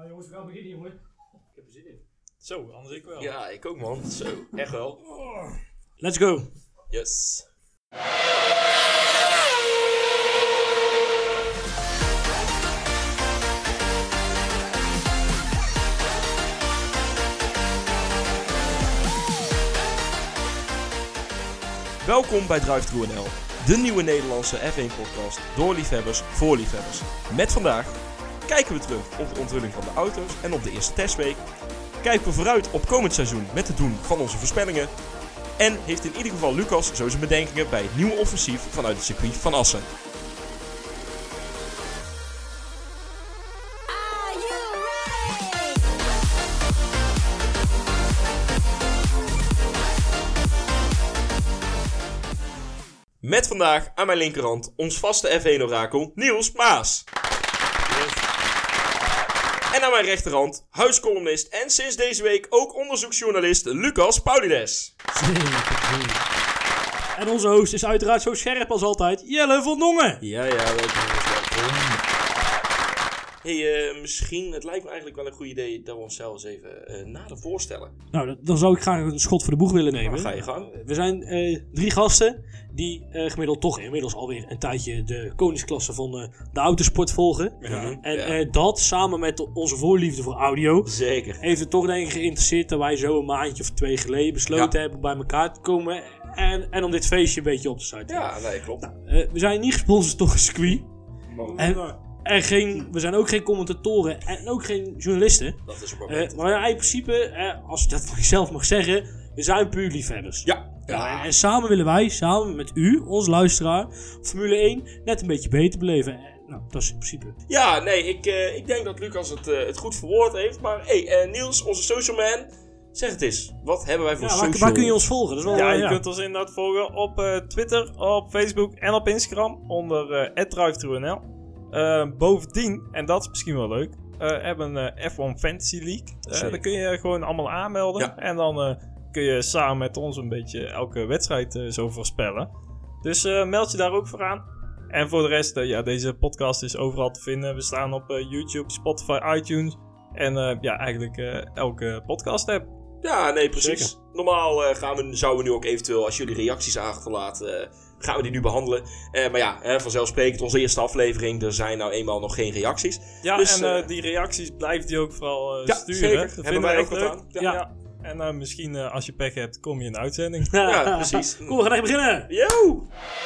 Nou jongens, we gaan beginnen jongen. Ik heb er zin in. Zo, anders ik wel. Ja, ik ook man. Zo, echt wel. Let's go. Yes. Welkom bij Drive-Thru-NL, de nieuwe Nederlandse F1-podcast door liefhebbers voor liefhebbers. Met vandaag kijken we terug op de onthulling van de auto's en op de eerste testweek. Kijken we vooruit op komend seizoen met het doen van onze voorspellingen. En heeft in ieder geval Lucas zo zijn bedenkingen bij het nieuwe offensief vanuit het circuit van Assen. Met vandaag aan mijn linkerhand ons vaste F1-orakel Niels Maas. En aan mijn rechterhand huiscolumnist en sinds deze week ook onderzoeksjournalist Lucas Paulides. En onze host is uiteraard zo scherp als altijd, Jelle van Dongen. Ja, welkom. Hey, misschien, het lijkt me eigenlijk wel een goed idee dat we onszelf eens even nader voorstellen. Nou, dan zou ik graag een schot voor de boeg willen nemen. Nou, ga je gang. We zijn 3 gasten die gemiddeld toch inmiddels alweer een tijdje de koningsklasse van de autosport volgen. Ja, En dat samen met onze voorliefde voor audio Zeker. heeft het toch denk ik geïnteresseerd dat wij zo een maandje of 2 geleden besloten hebben bij elkaar te komen en om dit feestje een beetje op te starten. Ja, nee, klopt. We zijn niet gesponsord door een circuit. We zijn ook geen commentatoren en ook geen journalisten. Dat is ook wel Maar in principe, als je dat van jezelf mag zeggen, we zijn puur liefhebbers. Ja. En samen willen wij, samen met u, ons luisteraar, Formule 1 net een beetje beter beleven. Nou, dat is in principe. Ja, nee, ik denk dat Lucas het goed verwoord heeft. Maar Niels, onze social man, zeg het eens. Wat hebben wij voor social... Waar kun je ons volgen? Dat is wel, Je kunt ons inderdaad volgen op Twitter, op Facebook en op Instagram onder @drive-thru-NL. Bovendien, en dat is misschien wel leuk, hebben een F1 Fantasy League. Daar kun je gewoon allemaal aanmelden. Ja. En dan kun je samen met ons een beetje elke wedstrijd zo voorspellen. Dus meld je daar ook voor aan. En voor de rest, deze podcast is overal te vinden. We staan op YouTube, Spotify, iTunes en eigenlijk elke podcast app. Ja, nee, precies. Zeker. Normaal zouden we nu ook eventueel, als jullie reacties achterlaten, gaan we die nu behandelen. Maar vanzelfsprekend, onze eerste aflevering, er zijn nou eenmaal nog geen reacties. Ja, Dus, en die reacties blijft die ook vooral ja, sturen. zeker. Dat Hebben vinden wij we ook echt wat leuk. aan. Ja. En misschien als je pech hebt, kom je in de uitzending. Ja, precies. Kom, we gaan echt beginnen. Yo!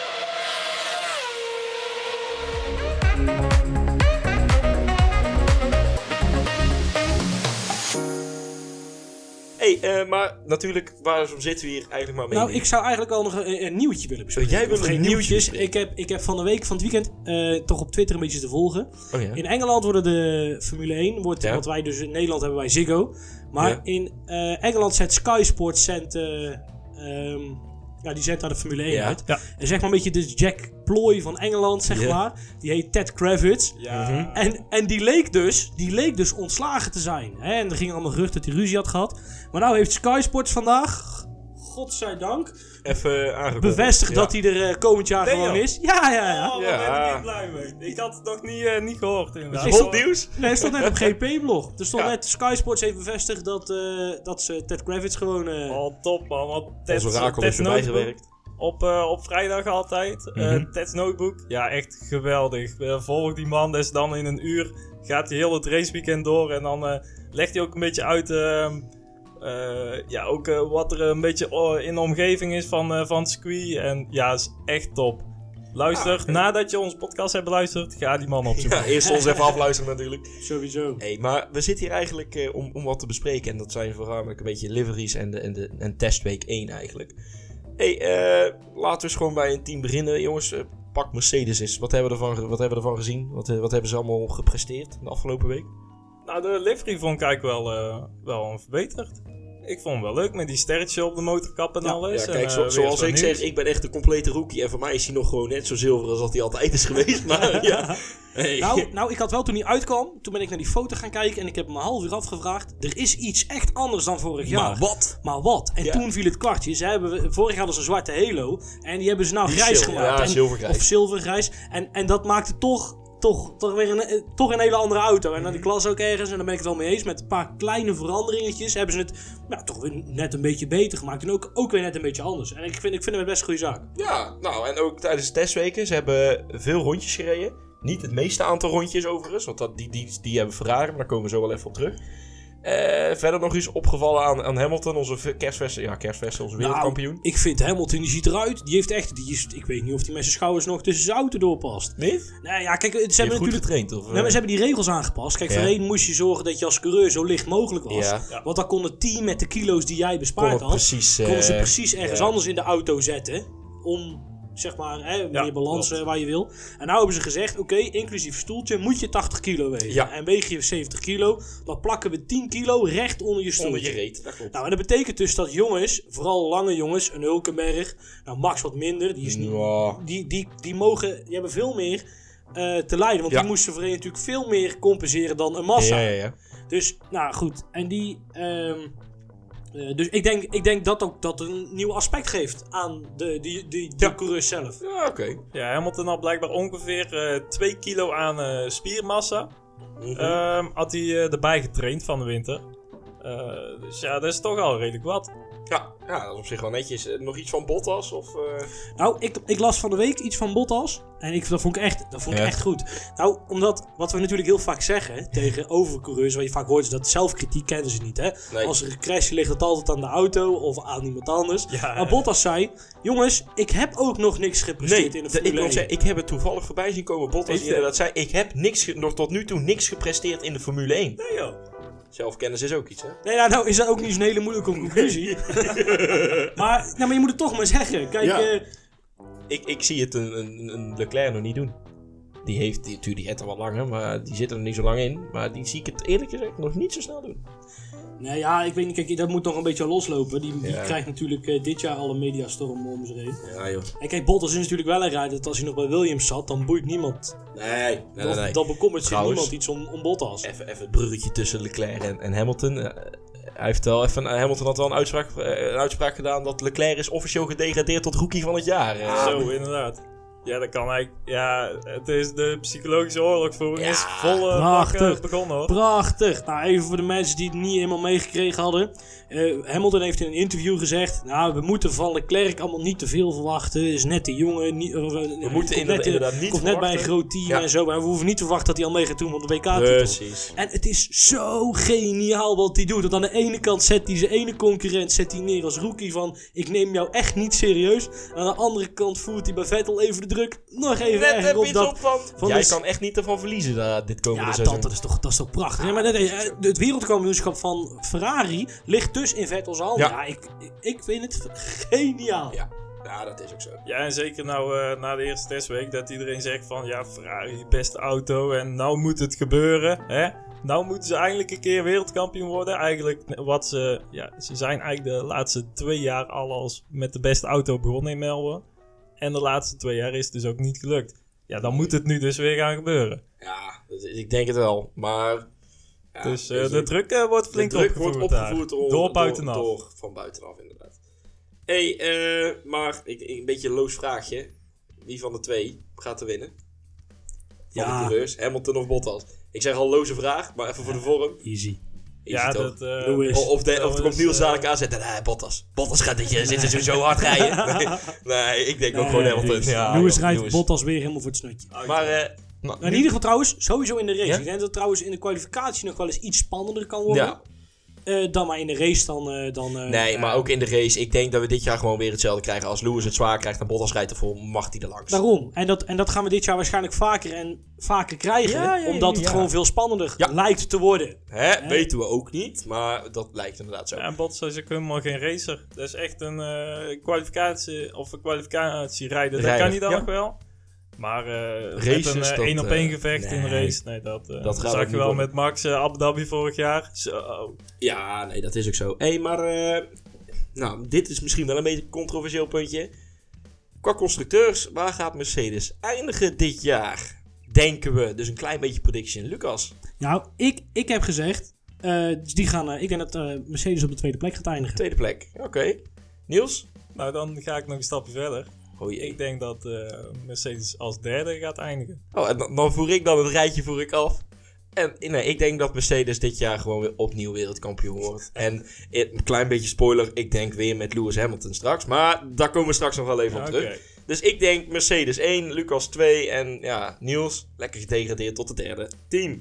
Maar natuurlijk, waarom zitten we hier eigenlijk maar mee? Nou, ik zou eigenlijk al nog een nieuwtje willen bespreken. Jij wil Of een geen nieuwtje nieuwtjes. bespreken? Ik heb van de week, van het weekend, toch op Twitter een beetje te volgen. Oh ja. In Engeland worden de Formule 1, wat wij dus in Nederland hebben wij Ziggo. Maar in Engeland zet Sky Sports die zendt daar de Formule 1 uit. Ja. En zeg maar een beetje de Jack Ploy van Engeland, zeg maar. Die heet Ted Kravitz. Ja. En die leek dus ontslagen te zijn. Hè? En er gingen allemaal geruchten dat hij ruzie had gehad. Maar nou heeft Sky Sports vandaag, godzijdank, Even aangekondigd. bevestigd dat hij er komend jaar gewoon joh. is. Ja. Oh, Ja. daar ben ik blij mee. Ik had het nog niet gehoord. Inderdaad. Hot nieuws? Nee, hij stond net op GP-blog. Er stond Ja. net, Sky Sports heeft bevestigd dat ze Ted Kravitz gewoon... Oh, top man. Want Ons orakel heeft erbij gewerkt. Op vrijdag altijd. Ted's Notebook. Ja, echt geweldig. Volg die man. Dus dan in een uur gaat hij heel het raceweekend door. En dan legt hij ook een beetje uit... wat er een beetje in de omgeving is van het circuit. En ja, is echt top. Luister, nadat je onze podcast hebt beluisterd, ga die man opzoeken. Ja, eerst ons even afluisteren natuurlijk. Sowieso. Maar we zitten hier eigenlijk om wat te bespreken. En dat zijn voornamelijk een beetje liveries en testweek 1 eigenlijk. Laten we eens gewoon bij een team beginnen. Jongens, pak Mercedes eens. Wat hebben we ervan gezien? Wat hebben ze allemaal gepresteerd de afgelopen week? Nou, de livery vond ik eigenlijk wel verbeterd. Ik vond hem wel leuk met die sterretje op de motorkap en alles. Ja, kijk, En, zoals weer ik wat zeg, ik ben echt een complete rookie. En voor mij is hij nog gewoon net zo zilver als dat hij altijd is geweest. Maar ja. Hey. Nou, ik had wel toen hij uitkwam, toen ben ik naar die foto gaan kijken en ik heb me een half uur afgevraagd. Er is iets echt anders dan vorig jaar. Maar wat? En toen viel het kwartje. Vorig jaar hadden ze een zwarte halo en die hebben ze nou grijs gemaakt. Ja, zilvergrijs. Of zilvergrijs. En dat maakte toch toch weer toch een hele andere auto. En dan die klas ook ergens, en daar ben ik het wel mee eens. Met een paar kleine veranderingetjes hebben ze het toch weer net een beetje beter gemaakt. En ook weer net een beetje anders. En ik vind het best een goede zaak. Ja, nou, en ook tijdens de testweken. Ze hebben veel rondjes gereden. Niet het meeste aantal rondjes overigens, want die hebben Ferrari, maar daar komen we zo wel even op terug. Verder nog iets opgevallen aan Hamilton, onze kerstverse, onze wereldkampioen. Nou, ik vind Hamilton, die ziet eruit. Die heeft echt, ik weet niet of die met zijn schouders nog tussen zijn auto doorpast. Nee? Nou ja, kijk, ze hebben goed natuurlijk getraind, of? Nee, maar ze hebben die regels aangepast. Kijk, voorheen moest je zorgen dat je als coureur zo licht mogelijk was. Ja. Want dan kon het team met de kilo's die jij bespaard had, konden ze precies ergens anders in de auto zetten. Om, zeg maar, meer balans waar je wil. En nou hebben ze gezegd, oké, inclusief stoeltje moet je 80 kilo wegen. Ja. En weeg je 70 kilo, dan plakken we 10 kilo recht onder je stoeltje. Onder je reet, dat klopt. Nou, en dat betekent dus dat jongens, vooral lange jongens, een Hulkenberg, nou Max wat minder, die is niet, die hebben veel meer te lijden. Want die moesten voorheen natuurlijk veel meer compenseren dan een Massa. Ja. Dus, nou goed. En dus ik denk dat ook dat een nieuw aspect geeft aan de coureurs zelf. Ja, oké. Ja, Hamilton had blijkbaar ongeveer 2 kilo aan spiermassa. Had hij erbij getraind van de winter. Dus ja, dat is toch al redelijk wat. Ja, dat is op zich wel netjes. Nog iets van Bottas? Of, Nou, ik las van de week iets van Bottas. En dat vond ik echt goed. Nou, omdat, wat we natuurlijk heel vaak zeggen tegen overcoureurs, wat je vaak hoort, is dat zelfkritiek kennen ze niet. Hè? Nee. Als er een crash ligt het altijd aan de auto of aan iemand anders. Ja, maar Bottas zei, jongens, ik heb ook nog niks gepresteerd in de Formule 1. Ik heb het toevallig voorbij zien komen. Bottas die inderdaad zei, ik heb nog tot nu toe niks gepresteerd in de Formule 1. Nee joh. Zelfkennis is ook iets, hè? Nee, nou is dat ook niet zo'n hele moeilijke conclusie. maar je moet het toch maar zeggen. Kijk, Ja. Ik zie het een Leclerc nog niet doen. Die heeft er wel langer, maar die zit er nog niet zo lang in. Maar die zie ik het eerlijk gezegd nog niet zo snel doen. nee, ja, ik weet niet, kijk, dat moet nog een beetje loslopen. Die krijgt natuurlijk dit jaar al een mediastorm om zich heen. Ja, joh. En kijk, Bottas is natuurlijk wel een rijder dat als hij nog bij Williams zat, dan boeit niemand. Nee. Dan bekommert zich Trouwens, niemand iets om Bottas. Even het bruggetje tussen Leclerc en Hamilton. Hij heeft wel Hamilton had wel een uitspraak gedaan dat Leclerc is officieel gedegradeerd tot rookie van het jaar. Zo, inderdaad. Ja, dat kan eigenlijk. Ja, het is de psychologische oorlogvoering is volle bak begonnen hoor. Prachtig. Nou, even voor de mensen die het niet helemaal meegekregen hadden. Hamilton heeft in een interview gezegd, nou, we moeten van Leclerc allemaal niet te veel verwachten. Is net de jongen. We moeten inderdaad niet komt net bij een groot team en zo. Maar we hoeven niet te verwachten dat hij al mee gaat doen op de WK-titel. Precies. En het is zo geniaal wat hij doet. Want aan de ene kant zet hij zijn ene concurrent neer als rookie van, ik neem jou echt niet serieus. En aan de andere kant voert hij bij Vettel even de druk nog even Net erger op dat. Van jij kan echt niet ervan verliezen dit komende Ja, seizoen. dat is toch prachtig. Ja, maar het wereldkampioenschap van Ferrari ligt dus in Vettel's handen. Ja, ik vind het geniaal. Ja, dat is ook zo. Ja, en zeker nou na de eerste testweek dat iedereen zegt van ja, Ferrari, beste auto en nou moet het gebeuren. Hè? Nou moeten ze eindelijk een keer wereldkampioen worden. Eigenlijk ze zijn eigenlijk de laatste 2 jaar al als met de beste auto begonnen in Melbourne. En de laatste 2 jaar is het dus ook niet gelukt. Ja, dan moet het nu dus weer gaan gebeuren. Ja, ik denk het wel. Maar... Ja, dus de druk wordt flink opgevoerd door buitenaf. Door van buitenaf, inderdaad. Maar een beetje een loos vraagje. Wie van de 2 gaat er winnen? Van de coureurs, Hamilton of Bottas? Ik zeg al loze vraag, maar even voor de vorm. Easy. Ja, dat... Of er komt Niels dadelijk aanzetten. Nee, Bottas. Bottas gaat dit seizoen zo hard rijden. Nee, ik denk ook gewoon Hamilton. Lewis rijdt Bottas weer helemaal voor het snotje. Maar... in ieder geval trouwens, sowieso in de race. Ik denk dat het trouwens in de kwalificatie nog wel eens iets spannender kan worden. Ja. Dan maar in de race dan nee, maar ook in de race. Ik denk dat we dit jaar gewoon weer hetzelfde krijgen. Als Lewis het zwaar krijgt en Bottas rijdt ervoor, mag hij er langs. Daarom. En dat gaan we dit jaar waarschijnlijk vaker krijgen. Omdat het gewoon veel spannender lijkt te worden. Weten we ook niet. Maar dat lijkt inderdaad zo. Ja, en Bottas is ook helemaal geen racer. Dat is echt een kwalificatierijder. Dat kan hij dan nog wel. Maar met een 1-op-1 gevecht in de race, nee, dat zag je wel met Max Abu Dhabi vorig jaar. Zo. Ja, nee, dat is ook zo. Maar dit is misschien wel een beetje een controversieel puntje. Qua constructeurs, waar gaat Mercedes eindigen dit jaar? Denken we. Dus een klein beetje prediction. Lucas? Nou, ik heb gezegd, ik denk dat Mercedes op de tweede plek gaat eindigen. Tweede plek, oké. Niels? Nou, dan ga ik nog een stapje verder. Ik denk dat Mercedes als derde gaat eindigen. En dan voer ik het rijtje af. En ik denk dat Mercedes dit jaar gewoon weer opnieuw wereldkampioen wordt. En een klein beetje spoiler, ik denk weer met Lewis Hamilton straks. Maar daar komen we straks nog wel even op terug. Dus ik denk Mercedes 1, Lucas 2 en Niels lekker gedegradeerd tot het derde team.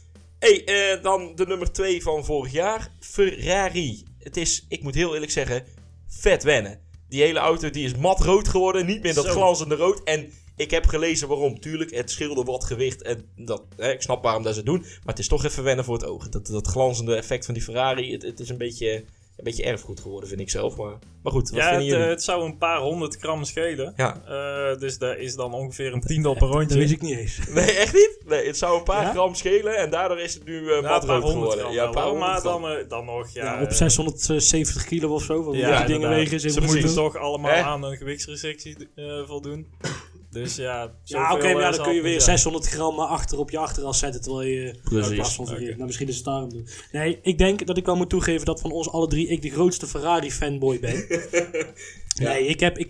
Dan de nummer 2 van vorig jaar, Ferrari. Het is, ik moet heel eerlijk zeggen, vet wennen. Die hele auto die is mat rood geworden, niet meer dat glanzende rood. En ik heb gelezen waarom. Tuurlijk, het scheelde wat gewicht en ik snap waarom dat ze het doen. Maar het is toch even wennen voor het oog. Dat glanzende effect van die Ferrari, het is een beetje erfgoed geworden, vind ik zelf. Maar goed, wat vinden jullie? Het zou een paar 100 gram schelen. Ja. Dus dat is dan ongeveer een tiende op een rondje. Dat wist ik niet eens. Nee, echt niet? Nee, het zou een paar gram schelen en daardoor is het nu mat rood geworden. Ja, een paar honderd gram. Maar dan nog, op 670 kilo of zo. Die dingen wegen. Ze moeten toch allemaal aan een gewichtsrestrictie voldoen. Dus maar dan kun je weer 600 gram achter op je achteras zetten, terwijl je plaats van verkeerd. Nou, misschien is het daarom doen. Nee, ik denk dat ik wel moet toegeven dat van ons alle drie ik de grootste Ferrari-fanboy ben. Nee, ik heb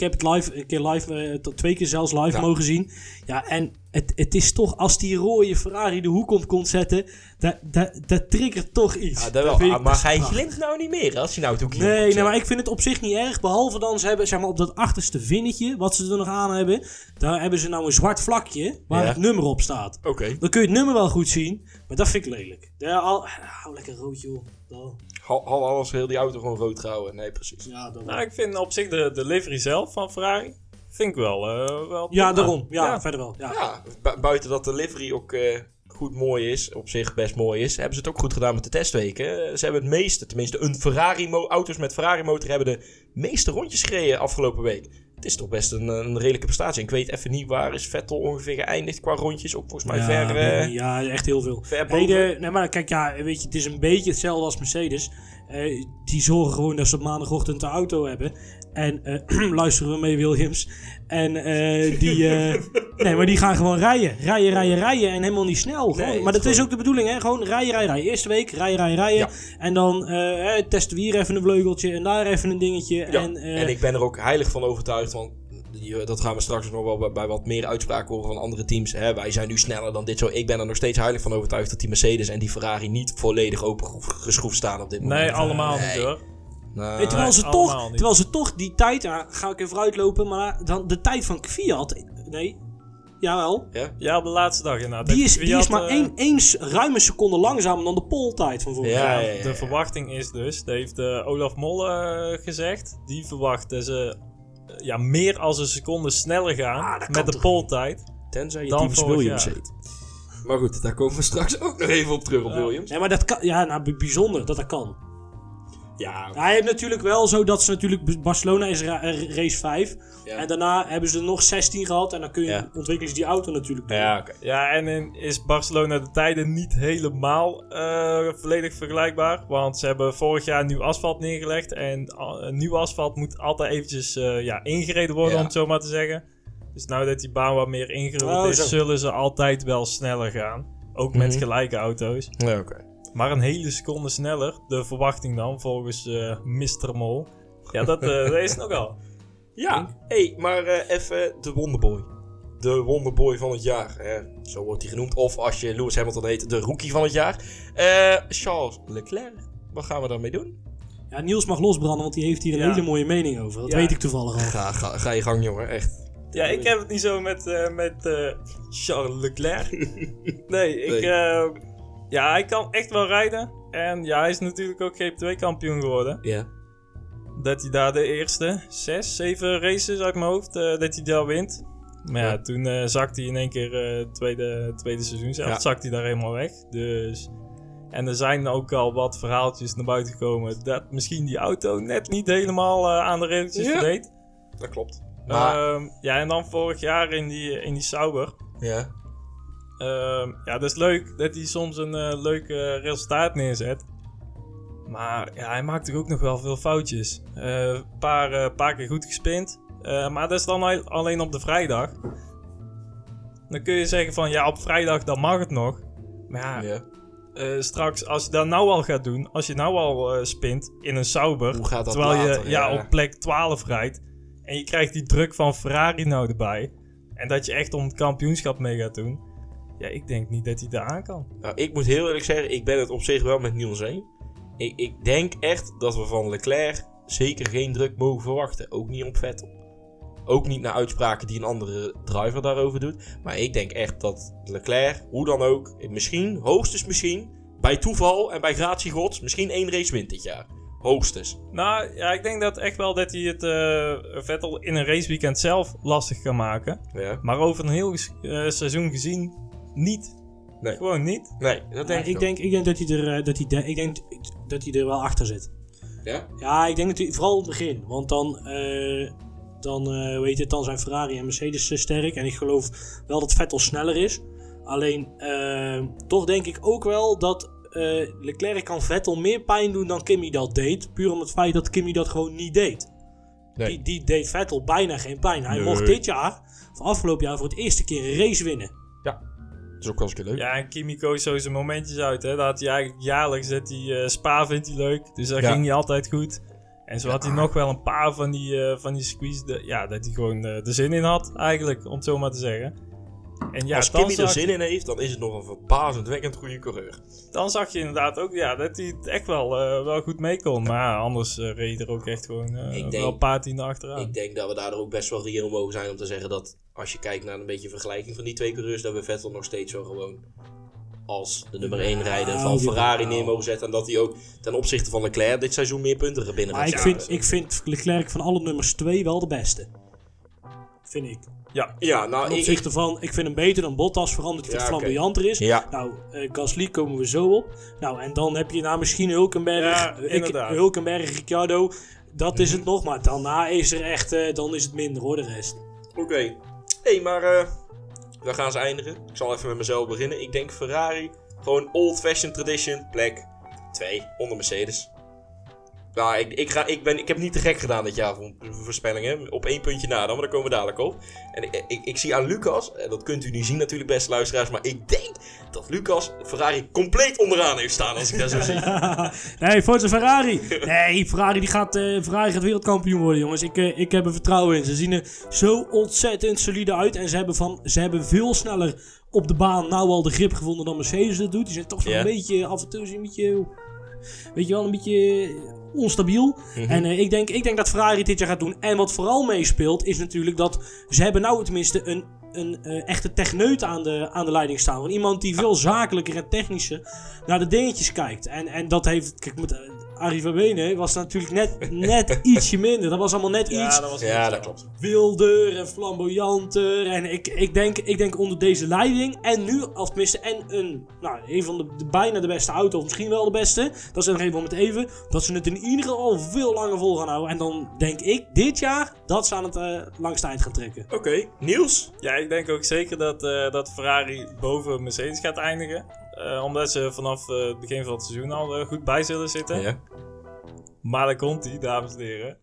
het 2 keer zelfs live mogen zien. Ja, en het is toch, als die rode Ferrari de hoek om komt zetten, dat triggert toch iets. Ja, dat wel. Maar hij glimt nou niet meer als hij nou het hoekje Nee, maar ik vind het op zich niet erg. Behalve dan, ze hebben zeg maar op dat achterste vinnetje, wat ze er nog aan hebben, daar hebben ze nou een zwart vlakje waar het nummer op staat. Oké. Dan kun je het nummer wel goed zien, maar dat vind ik lelijk. Hou lekker rood, joh. Hal alles heel die auto gewoon rood houden. Nee, precies. Ja, ik vind op zich de livery zelf van Ferrari, vind ik wel ja, daarom. Ja, verder wel. Ja. Buiten dat de livery ook goed mooi is, op zich best mooi is, hebben ze het ook goed gedaan met de testweken. Ze hebben het meeste, tenminste auto's met Ferrari motor hebben de meeste rondjes gereden afgelopen week. Het is toch best een redelijke prestatie. Ik weet even niet waar is Vettel ongeveer geëindigd qua rondjes. Ook volgens mij ver... ja, echt heel veel. Ver boven. Nee, maar kijk, weet je, het is een beetje hetzelfde als Mercedes. Die zorgen gewoon dat ze op maandagochtend de auto hebben. En luisteren we mee, Williams. En maar die gaan gewoon rijden. Rijden en helemaal niet snel. Nee, maar dat is ook de bedoeling, hè? Gewoon rijden. Eerste week rijden. Ja. En dan testen we hier even een vleugeltje en daar even een dingetje. Ja. En ik ben er ook heilig van overtuigd, want dat gaan we straks nog wel bij wat meer uitspraken horen van andere teams. Wij zijn nu sneller dan dit zo. Ik ben er nog steeds heilig van overtuigd dat die Mercedes en die Ferrari niet volledig opengeschroefd staan op dit moment. Nee, allemaal niet hoor. Nee, terwijl ze toch die tijd, ga ik even uitlopen, maar dan de tijd van Fiat, jawel. Ja, op de laatste dag inderdaad. Die is maar één ruime seconde langzamer dan de poltijd van vorig jaar. Ja. De verwachting is dus, dat heeft Olaf Mol gezegd, die verwacht dat ze meer als een seconde sneller gaan met de poltijd. Tenzij je teams Williams heet. Maar goed, daar komen we straks ook nog even op terug op Williams. Ja, maar dat kan, bijzonder dat kan. Ja. Hij heeft natuurlijk wel zo dat ze natuurlijk... Barcelona is race 5. Ja. En daarna hebben ze er nog 16 gehad. En dan ontwikkelen ze die auto natuurlijk door. Ja, okay. Ja, en is Barcelona de tijden niet helemaal volledig vergelijkbaar. Want ze hebben vorig jaar nieuw asfalt neergelegd. En nieuw asfalt moet altijd eventjes ingereden worden, om het zo maar te zeggen. Dus nou dat die baan wat meer ingerold is, zullen ze altijd wel sneller gaan. Ook met gelijke auto's. Ja, oké. Maar een hele seconde sneller, de verwachting dan, volgens Mr. Mol. Ja, dat is nogal. Ja, maar even de Wonderboy. De Wonderboy van het jaar. Zo wordt hij genoemd. Of als je Lewis Hamilton heet, de Rookie van het jaar. Charles Leclerc. Wat gaan we daarmee doen? Ja, Niels mag losbranden, want die heeft hier een hele mooie mening over. Dat weet ik toevallig al. Ga je gang, jongen. Echt. Ja, ik heb het niet zo met Charles Leclerc. Nee. Hij kan echt wel rijden. En hij is natuurlijk ook GP2-kampioen geworden. Ja. Dat hij daar de eerste 6, 7 races uit mijn hoofd, dat hij daar wint. Maar toen zakte hij in één keer tweede seizoen zelf. Zakte hij daar helemaal weg. Dus... En er zijn ook al wat verhaaltjes naar buiten gekomen dat misschien die auto net niet helemaal aan de regeltjes voldeed. Dat klopt. Maar... en dan vorig jaar in die Sauber. Ja. Dat is leuk dat hij soms een leuk resultaat neerzet. Maar hij maakt toch ook nog wel veel foutjes. Een paar keer goed gespind. Maar dat is dan alleen op de vrijdag. Dan kun je zeggen van op vrijdag dan mag het nog. Maar straks als je dat nou al gaat doen. Als je nou al spint in een Sauber. Hoe gaat dat terwijl later? je op plek 12 rijdt. En je krijgt die druk van Ferrari nou erbij. En dat je echt om het kampioenschap mee gaat doen. Ja, ik denk niet dat hij daar aan kan. Nou, ik moet heel eerlijk zeggen, ik ben het op zich wel met Niels eens. Ik denk echt dat we van Leclerc zeker geen druk mogen verwachten. Ook niet op Vettel. Ook niet naar uitspraken die een andere driver daarover doet. Maar ik denk echt dat Leclerc, hoe dan ook, hoogstens misschien, bij toeval en bij gratie gods, misschien 1 race wint dit jaar. Hoogstens. Nou, ja, ik denk dat echt wel dat hij het Vettel in een raceweekend zelf lastig kan maken. Ja. Maar over een heel seizoen gezien niet. Nee. Gewoon niet. Nee, dat denk ik denk dat hij er wel achter zit. Ja? Ja, ik denk dat hij vooral in het begin. Want dan zijn Ferrari en Mercedes sterk. En ik geloof wel dat Vettel sneller is. Alleen, toch denk ik ook wel dat Leclerc kan Vettel meer pijn doen dan Kimi dat deed. Puur om het feit dat Kimi dat gewoon niet deed. Nee. Die deed Vettel bijna geen pijn. Hij mocht dit jaar, of afgelopen jaar, voor het eerste keer een race winnen. Ja, dat is ook wel eens leuk. Ja, en Kimi koos zo zijn momentjes uit. Hè. Dat had hij eigenlijk jaarlijks. Spa vindt hij leuk. Dus daar ging hij altijd goed. En zo had hij nog wel een paar van die squeeze. Dat hij gewoon de zin in had, eigenlijk, om het zo maar te zeggen. En ja, als Kimi er zin in heeft, dan is het nog een verbazendwekkend goede coureur. Dan zag je inderdaad ook dat hij het echt wel goed mee kon. Maar anders reed er ook echt gewoon wel een paar tienden achteraan. Ik denk dat we daar ook best wel reëel mogen zijn om te zeggen dat als je kijkt naar een beetje vergelijking van die 2 coureurs, dat we Vettel nog steeds zo gewoon als de nummer 1 rijder van Ferrari neer mogen zetten. En dat hij ook ten opzichte van Leclerc dit seizoen meer punten gaat binnen. Maar ik vind Leclerc van alle nummers 2 wel de beste. Vind ik. Ja, nou, ik vind hem beter dan Bottas, vooral omdat hij wat flamboyanter is. Ja. Nou, Gasly komen we zo op. Nou, en dan heb je misschien Hulkenberg, Ricciardo. Dat is het nog, maar daarna is er echt, dan is het minder hoor, de rest. Oké. Maar dan gaan ze eindigen. Ik zal even met mezelf beginnen. Ik denk Ferrari, gewoon old-fashioned tradition, plek 2 onder Mercedes. Nou, ik heb niet te gek gedaan dit jaar voor voorspellingen. Op 1 puntje na dan, maar daar komen we dadelijk op. En ik zie aan Lucas, en dat kunt u niet zien natuurlijk, beste luisteraars, maar ik denk dat Lucas Ferrari compleet onderaan heeft staan, als ik dat zo zie. Nee, Forza Ferrari. Nee, Ferrari gaat wereldkampioen worden, jongens. Ik heb er vertrouwen in. Ze zien er zo ontzettend solide uit. En ze hebben veel sneller op de baan nou al de grip gevonden dan Mercedes dat doet. Die zijn toch een beetje, af en toe een beetje, weet je wel, een beetje onstabiel. Mm-hmm. En ik denk dat Ferrari dit jaar gaat doen. En wat vooral meespeelt is natuurlijk dat ze hebben nou tenminste een echte techneut aan de leiding staan. Want iemand die veel zakelijker en technischer naar de dingetjes kijkt. En dat heeft, kijk, met Arie Verbenen was natuurlijk net ietsje minder. Dat was allemaal net iets. Dat klopt. Wilder en flamboyanter. En ik denk onder deze leiding. En nu, of tenminste, een van de bijna de beste auto. Of misschien wel de beste. Dat is er even om het even. Dat ze het in ieder geval veel langer vol gaan houden. En dan denk ik dit jaar dat ze aan het langste eind gaan trekken. Oké. Niels? Ja, ik denk ook zeker dat Ferrari boven Mercedes gaat eindigen. Omdat ze vanaf het begin van het seizoen al goed bij zullen zitten. Ja. Maar dan komt hij, dames en heren.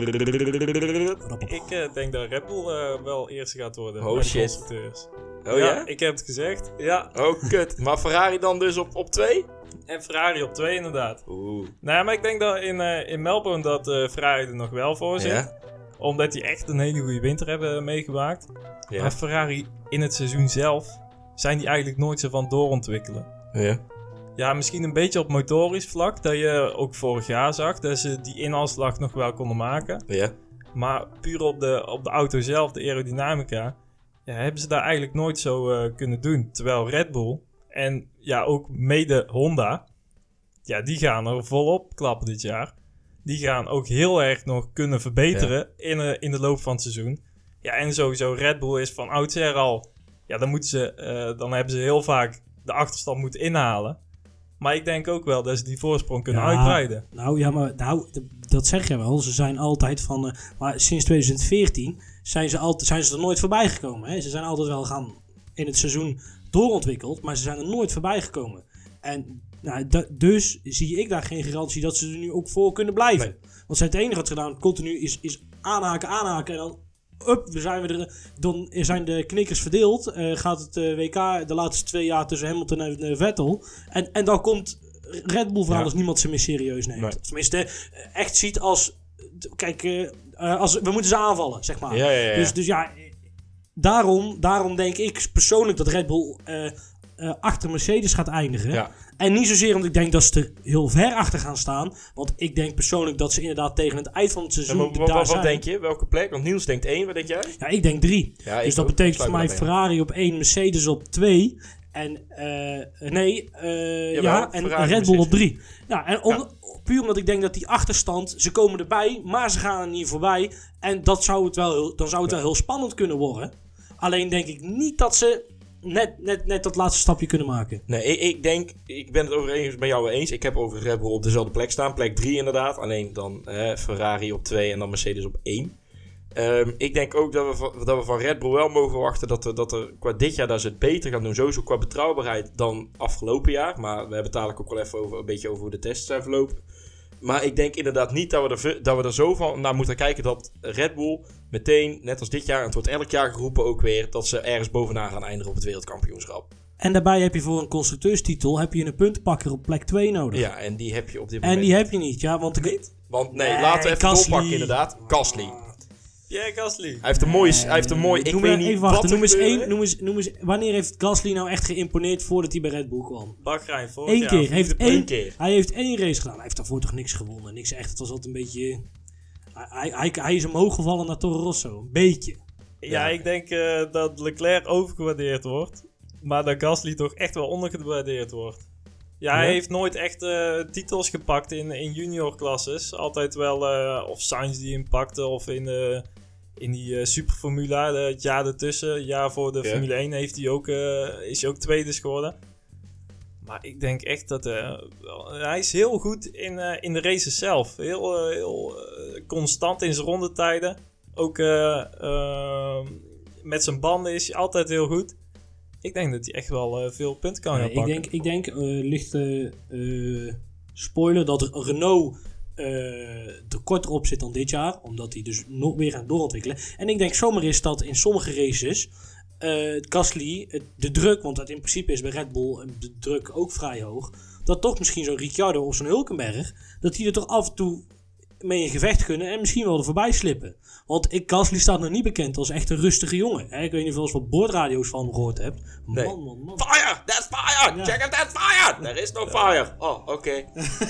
Ik denk dat Red Bull wel eerste gaat worden. Oh shit. Oh ja? Ik heb het gezegd. Ja. Oh kut. Maar Ferrari dan dus op 2? En Ferrari op 2 inderdaad. Oeh. Nou, maar ik denk dat in Melbourne dat Ferrari er nog wel voor zit. Ja? Omdat die echt een hele goede winter hebben meegemaakt. Ja. Maar Ferrari in het seizoen zelf zijn die eigenlijk nooit zo van doorontwikkelen. Ja. Ja, misschien een beetje op motorisch vlak. Dat je ook vorig jaar zag dat ze die inhaalslag nog wel konden maken. Ja. Maar puur op de auto zelf, de aerodynamica, hebben ze daar eigenlijk nooit zo kunnen doen. Terwijl Red Bull en ook mede Honda, die gaan er volop klappen dit jaar. Die gaan ook heel erg nog kunnen verbeteren in de loop van het seizoen. Ja, en sowieso Red Bull is van oudsher al. Ja, dan hebben ze heel vaak de achterstand moeten inhalen. Maar ik denk ook wel dat ze die voorsprong kunnen uitbreiden. Dat zeg je wel. Ze zijn altijd van... maar sinds 2014 zijn ze er nooit voorbij gekomen. Hè? Ze zijn altijd wel gaan in het seizoen doorontwikkeld. Maar ze zijn er nooit voorbij gekomen. En dus zie ik daar geen garantie dat ze er nu ook voor kunnen blijven. Nee. Want ze het enige wat ze gedaan continu is aanhaken. En dan... Dan zijn de knikkers verdeeld. Gaat het WK de laatste 2 jaar tussen Hamilton en Vettel. En dan komt Red Bull vooral als niemand ze meer serieus neemt. Nee. Tenminste, echt ziet als... Kijk, we moeten ze aanvallen, zeg maar. Ja. Dus ja, daarom denk ik persoonlijk dat Red Bull achter Mercedes gaat eindigen. Ja. En niet zozeer omdat ik denk dat ze er heel ver achter gaan staan. Want ik denk persoonlijk dat ze inderdaad tegen het eind van het seizoen Wat denk je? Welke plek? Want Niels denkt 1, wat denk jij? Ja, ik denk 3. Ja, dus dat betekent voor mij Ferrari op 1, Mercedes op 2. En Red Bull op 3. Ja, en puur omdat ik denk dat die achterstand, ze komen erbij, maar ze gaan er niet voorbij. En dan zou het wel heel spannend kunnen worden. Alleen denk ik niet dat ze net dat laatste stapje kunnen maken. Nee, ik ben het overigens met jou eens. Ik heb over Red Bull op dezelfde plek staan. Plek 3 inderdaad. Alleen dan Ferrari op 2 en dan Mercedes op 1. Ik denk ook dat we van Red Bull wel mogen wachten dat er qua dit jaar dat ze het beter gaan doen. Sowieso qua betrouwbaarheid dan afgelopen jaar. Maar we hebben het dadelijk ook wel even een beetje over hoe de tests zijn verlopen. Maar ik denk inderdaad niet dat we er zo van naar moeten kijken dat Red Bull meteen, net als dit jaar, en het wordt elk jaar geroepen ook weer, dat ze ergens bovenaan gaan eindigen op het wereldkampioenschap. En daarbij heb je voor een constructeurstitel een puntenpakker op plek 2 nodig. Ja, en die heb je op dit moment. En die heb je niet, ja. Want laten we even doorpakken inderdaad. Gasly. Pierre Gasly. Hij heeft een mooi... Ik weet niet wat noem eens, wanneer heeft Gasly nou echt geïmponeerd voordat hij bij Red Bull kwam? Bahrein, vorig jaar. Eén keer. Hij heeft 1 race gedaan. Hij heeft daarvoor toch niks gewonnen. Niks echt. Het was altijd een beetje... Hij is omhoog gevallen naar Toro Rosso. Een beetje. Ja, ik denk dat Leclerc overgewaardeerd wordt. Maar dat Gasly toch echt wel ondergewaardeerd wordt. Ja, hij heeft nooit echt titels gepakt in junior klasses. Altijd wel of Sainz die hem pakte of in die Superformula, het jaar ertussen. Het jaar voor de Formule 1 is hij ook tweede geworden. Maar ik denk echt dat hij is heel goed in de races zelf. Heel constant in zijn rondetijden. Ook met zijn banden is hij altijd heel goed. Ik denk dat hij echt wel veel punten kan gaan pakken. Ik denk lichte spoiler, dat Renault er korter op zit dan dit jaar. Omdat hij dus nog meer gaat doorontwikkelen. En ik denk zomaar is dat in sommige races Gasly, de druk, want dat in principe is bij Red Bull de druk ook vrij hoog. Dat toch misschien zo'n Ricciardo of zo'n Hülkenberg, dat die er toch af en toe mee in gevecht kunnen en misschien wel er voorbij slippen. Want Gasly staat nog niet bekend als echt een rustige jongen. Ik weet niet of je eens wat boordradio's van hem gehoord hebt. Nee. Man. Fire! That's fire! Ja. Check it, that's fire! There is no fire! Oh, oké.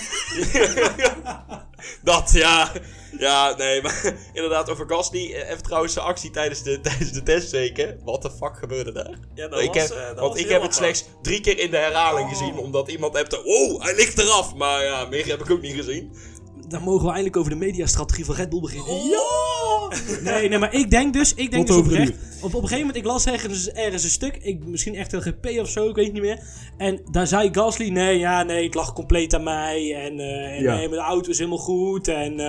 Dat, ja. Ja, nee, maar inderdaad over Gasly. Even trouwens zijn actie tijdens de testweken. Wat de fuck gebeurde daar? Ja, ik heb het slechts 3 keer in de herhaling gezien. Omdat iemand hebt hij ligt eraf. Maar ja, meer heb ik ook niet gezien. Dan mogen we eindelijk over de mediastrategie van Red Bull beginnen. Ja! Nee, maar ik denk dus oprecht. Op een gegeven moment, ik las ergens een stuk. Misschien echt LGP of zo, ik weet het niet meer. En daar zei Gasly, nee, het lag compleet aan mij. En nee, mijn auto is helemaal goed.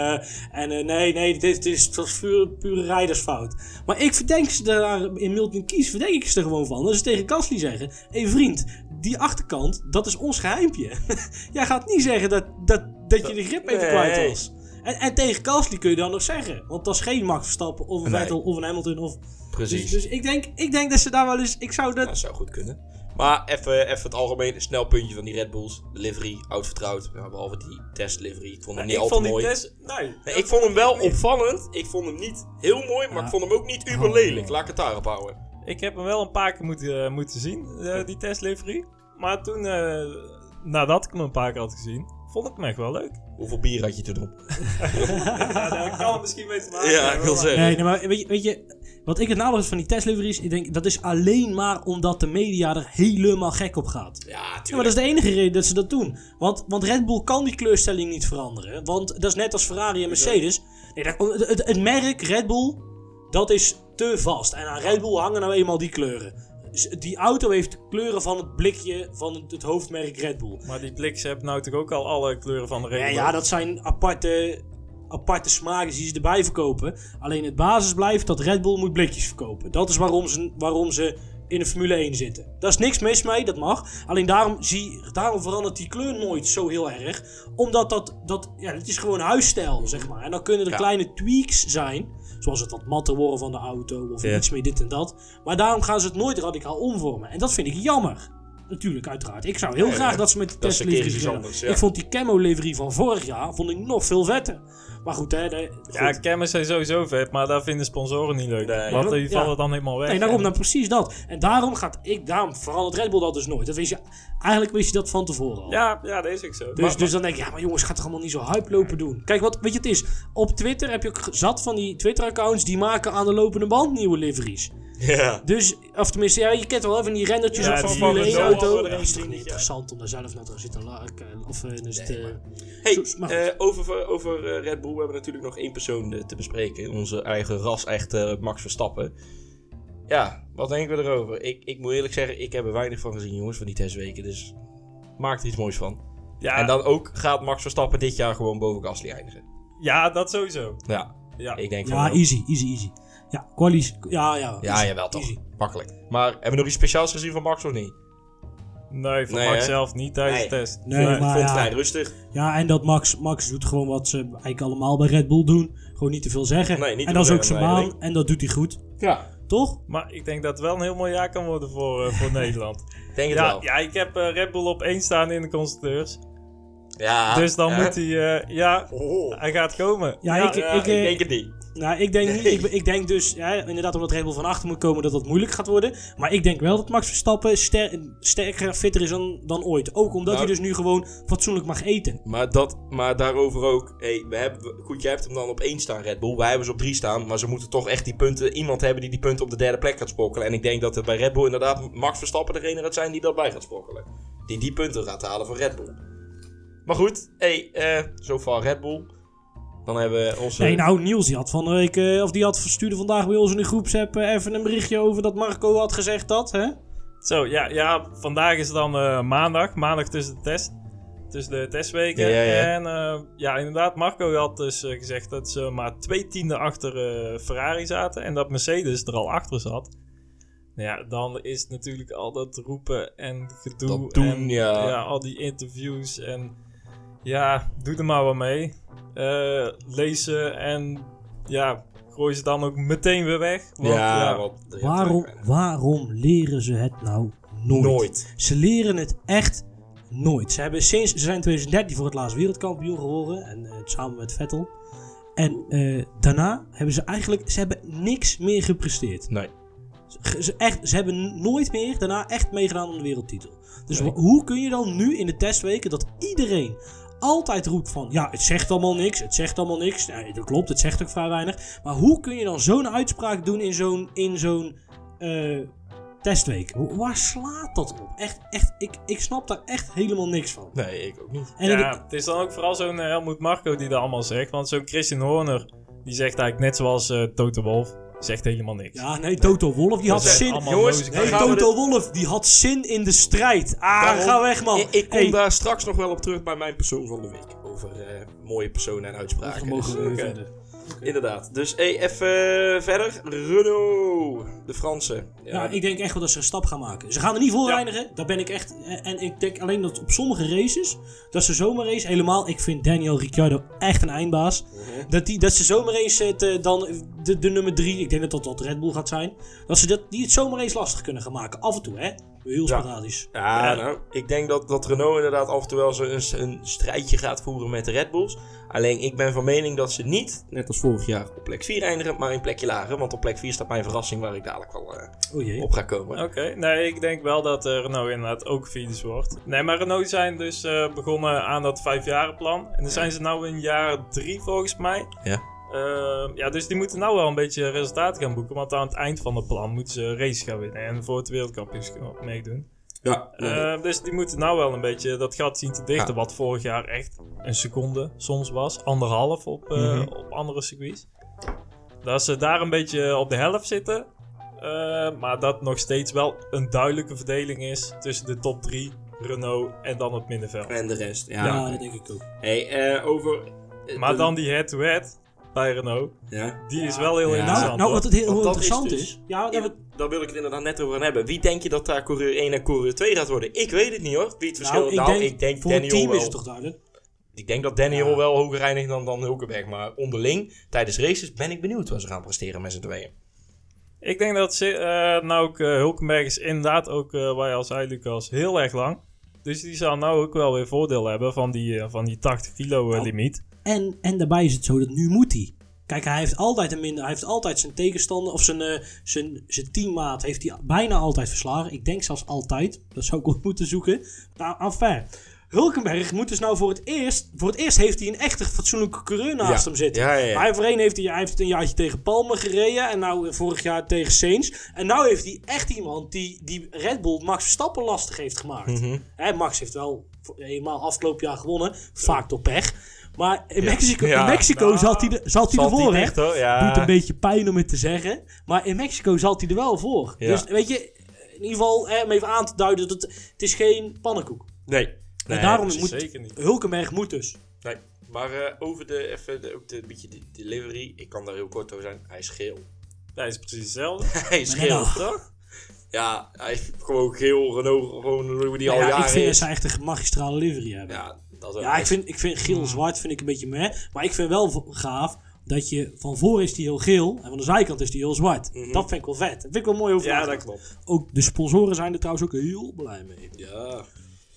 Nee, het was pure rijdersfout. Maar ik verdenk ze daar, in Milton Keynes verdenk ik ze er gewoon van. Dat ze tegen Gasly zeggen, hé vriend, die achterkant, dat is ons geheimpje. Jij gaat niet zeggen dat je de grip even kwijt was. En tegen Gasly kun je dan nog zeggen. Want dat is geen Max Verstappen of een Vettel of een Hamilton. Of... Precies. Dus ik denk dat ze daar wel eens... Dat zou goed kunnen. Maar even het algemene snelpuntje van die Red Bulls. De livery, oud vertrouwd. Ja, behalve die testlivery. Ik vond hem niet altijd mooi. Ik vond hem wel opvallend. Ik vond hem niet heel mooi, maar ik vond hem ook niet uber lelijk. Laat ik het daarop houden. Ik heb hem wel een paar keer moeten zien, die testlivery. Maar toen, nadat ik hem een paar keer had gezien, vond ik hem echt wel leuk. Hoeveel bier had je toen op? Daar kan het misschien mee te maken. Ja, ik wil zeggen. Nee, maar weet je, wat ik het nadeel is van die testliveries, ik denk, dat is alleen maar omdat de media er helemaal gek op gaat. Ja, tuurlijk. Ja, maar dat is de enige reden dat ze dat doen. Want Red Bull kan die kleurstelling niet veranderen. Want dat is net als Ferrari en Mercedes. Nee, het merk Red Bull, dat is te vast. En aan Red Bull hangen nou eenmaal die kleuren. Die auto heeft de kleuren van het blikje van het hoofdmerk Red Bull. Maar die blikjes hebben nou toch ook al alle kleuren van de Red Bull? Ja, dat zijn aparte smaken die ze erbij verkopen. Alleen het basis blijft dat Red Bull moet blikjes verkopen. Dat is waarom ze in de Formule 1 zitten. Daar is niks mis mee, dat mag. Alleen daarom verandert die kleur nooit zo heel erg. Omdat het is gewoon huisstijl, zeg maar. En dan kunnen er kleine tweaks zijn. Zoals het wat matter worden van de auto. Of iets meer dit en dat. Maar daarom gaan ze het nooit radicaal omvormen. En dat vind ik jammer. natuurlijk, uiteraard. Ik zou heel graag dat ze met die testliveries gaan. Ja. Ik vond die camo-liverie van vorig jaar nog veel vetter. Maar goed, hè. Ja, cammers zijn sowieso vet, maar daar vinden sponsoren niet leuk. Nee, want die vallen dan helemaal weg. Nee, daarom dan precies dat. En daarom verandert Red Bull dat dus nooit. Eigenlijk wist je dat van tevoren al. Ja, dat is ook zo. Dus dan denk je, maar jongens, gaat toch allemaal niet zo hype lopen doen. Kijk, weet je het is? Op Twitter heb je ook zat van die Twitter-accounts die maken aan de lopende band nieuwe liveries. Ja. Dus, of tenminste, je kent wel even die rendertjes op van Formule 1 auto. Dat is toch niet interessant om daar zelf naar te zitten laken. Over Red Bull hebben we natuurlijk nog 1 persoon te bespreken. Onze eigen ras-echte Max Verstappen. Ja, wat denken we erover? Ik moet eerlijk zeggen, ik heb er weinig van gezien, jongens, van die testweken. Dus maak er iets moois van. Ja. En dan ook gaat Max Verstappen dit jaar gewoon boven Gasly eindigen. Ja, dat sowieso. Ja. Ik denk van easy. Ja, qualies. Ja, jawel toch. Easy. Makkelijk. Maar hebben we nog iets speciaals gezien van Max of niet? Nee, van Max zelf niet tijdens de test. Nee, maar ik vond het vrij rustig. Ja, en dat Max doet gewoon wat ze eigenlijk allemaal bij Red Bull doen. Gewoon niet te veel zeggen. Nee, en dat is ook zijn baan. En dat doet hij goed. Ja. Toch? Maar ik denk dat het wel een heel mooi jaar kan worden voor Nederland. Denk het wel. Ja, ik heb Red Bull op 1 staan in de constructeurs. Ja. Dus dan moet hij... hij gaat komen. Ik denk het niet. Nou, ik denk niet. Ik denk dus, inderdaad, omdat Red Bull van achter moet komen, dat dat moeilijk gaat worden. Maar ik denk wel dat Max Verstappen sterker, fitter is dan ooit. Ook omdat hij dus nu gewoon fatsoenlijk mag eten. Maar daarover ook. Goed, jij hebt hem dan op 1 staan, Red Bull. Wij hebben ze op 3 staan. Maar ze moeten toch echt die punten... Iemand hebben die punten op de 3e plek gaat spokkelen. En ik denk dat er bij Red Bull inderdaad Max Verstappen degene gaat zijn die daarbij gaat spokkelen. Die punten gaat halen voor Red Bull. Maar goed, so far Red Bull. Dan hebben we onze... Nee, Niels die had van de week... die stuurde vandaag bij ons in de groepsapp even een berichtje over dat Marco had gezegd dat, hè? Zo, ja, vandaag is dan maandag. Maandag tussen de testweken. Ja. En inderdaad, Marco had dus gezegd dat ze maar 2 tienden achter Ferrari zaten. En dat Mercedes er al achter zat. Ja, dan is het natuurlijk al dat roepen en gedoe. Dat doen, en, al die interviews en... Ja, doe er maar wat mee. Lezen en gooi ze dan ook meteen weer weg. Want, waarom leren ze het nou nooit? Ze leren het echt nooit. Ze zijn in 2013 voor het laatst wereldkampioen geworden. En samen met Vettel. En daarna hebben ze hebben niks meer gepresteerd. Nee. Ze hebben nooit meer daarna echt meegedaan om de wereldtitel. Dus hoe kun je dan nu in de testweken dat iedereen altijd roept van... Ja, het zegt allemaal niks. Nee, dat klopt, het zegt ook vrij weinig. Maar hoe kun je dan zo'n uitspraak doen in zo'n testweek? Waar slaat dat op? Echt, ik snap daar echt helemaal niks van. Nee, ik ook niet. En het is dan ook vooral zo'n Helmut Marko die dat allemaal zegt. Want zo'n Christian Horner, die zegt eigenlijk net zoals Toto Wolff. Zegt helemaal niks. Ja, nee, Toto Wolff die had zin. Jongens, Toto Wolff die had zin in de strijd. Ga weg, man. Ik kom daar straks nog wel op terug bij mijn persoon van de week. Over mooie personen en uitspraken. Mogen we verder. Okay. Inderdaad. Dus even verder. Renault. De Fransen. Ja, ik denk echt wel dat ze een stap gaan maken. Ze gaan er niet voor eindigen. Daar ben ik echt... En ik denk alleen dat op sommige races... Dat ze zomerrace helemaal... Ik vind Daniel Ricciardo echt een eindbaas. Dat ze zomerrace dan de nummer 3... Ik denk dat Red Bull gaat zijn. Dat ze die het zomerrace lastig kunnen gaan maken. Af en toe, hè. Heel sporadisch. Nou, ik denk dat Renault inderdaad af en toe wel een strijdje gaat voeren met de Red Bulls. Alleen ik ben van mening dat ze niet, net als vorig jaar, op plek 4 eindigen, maar een plekje lager. Want op plek 4 staat mijn verrassing waar ik dadelijk wel op ga komen. Oké, nee, ik denk wel dat Renault inderdaad ook vierde wordt. Nee, maar Renault zijn dus begonnen aan dat 5-jarenplan. En dan zijn ze nou in jaar 3 volgens mij. Ja. Dus die moeten nou wel een beetje resultaten gaan boeken. Want aan het eind van het plan moeten ze races gaan winnen. En voor het wereldkampioenschap meedoen. Ja. Dus die moeten nou wel een beetje dat gat zien te dichten. Ja. Wat vorig jaar echt een seconde soms was. 1,5 op andere circuits. Dat ze daar een beetje op de helft zitten. Maar dat nog steeds wel een duidelijke verdeling is tussen de top 3, Renault en dan het middenveld. En de rest. Ja, dat denk ik ook. Maar dan die head-to-head bij Renault. Ja. Die is wel heel interessant. Wat het heel interessant is. Daar wil ik het inderdaad net over gaan hebben. Wie denk je dat daar coureur 1 en coureur 2 gaat worden? Ik weet het niet hoor. Wie het verschil ik denk voor het team is het toch duidelijk. Ik denk dat Daniel wel hoger eindigt dan Hulkenberg. Maar onderling, tijdens races, ben ik benieuwd wat ze gaan presteren met z'n tweeën. Ik denk dat Hulkenberg is inderdaad ook, waar je al zei, Lucas, heel erg lang. Dus die zal nou ook wel weer voordeel hebben van die 80 kilo limiet. En daarbij is het zo dat nu moet hij. Kijk, hij heeft altijd zijn tegenstander, of zijn teammaat heeft hij bijna altijd verslagen. Ik denk zelfs altijd. Dat zou ik ook moeten zoeken. Nou, enfin. Hulkenberg moet dus nou voor het eerst heeft hij een echte fatsoenlijke coureur naast hem zitten. Ja. Maar voorheen heeft hij een jaartje tegen Palmer gereden. En nou vorig jaar tegen Sainz. En nou heeft hij echt iemand die Red Bull Max Verstappen lastig heeft gemaakt. Mm-hmm. Max heeft wel eenmaal afgelopen jaar gewonnen. Vaak door pech. Maar in Mexico zat hij ervoor, hè? Doet een beetje pijn om het te zeggen. Maar in Mexico zat hij er wel voor. Ja. Dus weet je, in ieder geval om even aan te duiden dat het is geen pannenkoek. Nee. En daarom zeker niet. Hulkenberg moet dus. Nee, maar over de livery, ik kan daar heel kort over zijn. Hij is geel. Hij is precies hetzelfde. Hij is geel, toch? Ja, hij is gewoon geel, Renault, gewoon die al jaren ik vind dat ze echt een magistrale livery hebben. Ja, dat ik vind geel-zwart vind ik een beetje meh. Maar ik vind wel gaaf dat je van voor is die heel geel en van de zijkant is die heel zwart. Mm-hmm. Dat vind ik wel vet. Dat vind ik wel mooi over. Ja, dat klopt. Ook de sponsoren zijn er trouwens ook heel blij mee. Ja.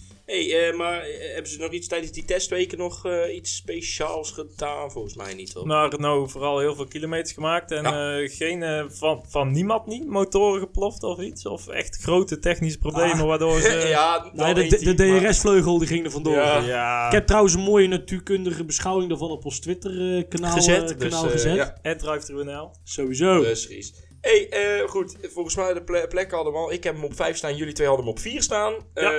Maar hebben ze nog iets tijdens die testweken nog iets speciaals gedaan? Volgens mij niet, hoor. Nou, Renault vooral heel veel kilometers gemaakt en geen van niemand niet motoren geploft of iets? Of echt grote technische problemen waardoor ze... de DRS-vleugel die ging er vandoor. Ja. Ik heb trouwens een mooie natuurkundige beschouwing daarvan op ons Twitter-kanaal gezet. Ja. @DriveThruNL. Sowieso. Precies. Goed. Volgens mij de plekken hadden we al. Ik heb hem op 5 staan. Jullie 2 hadden hem op 4 staan.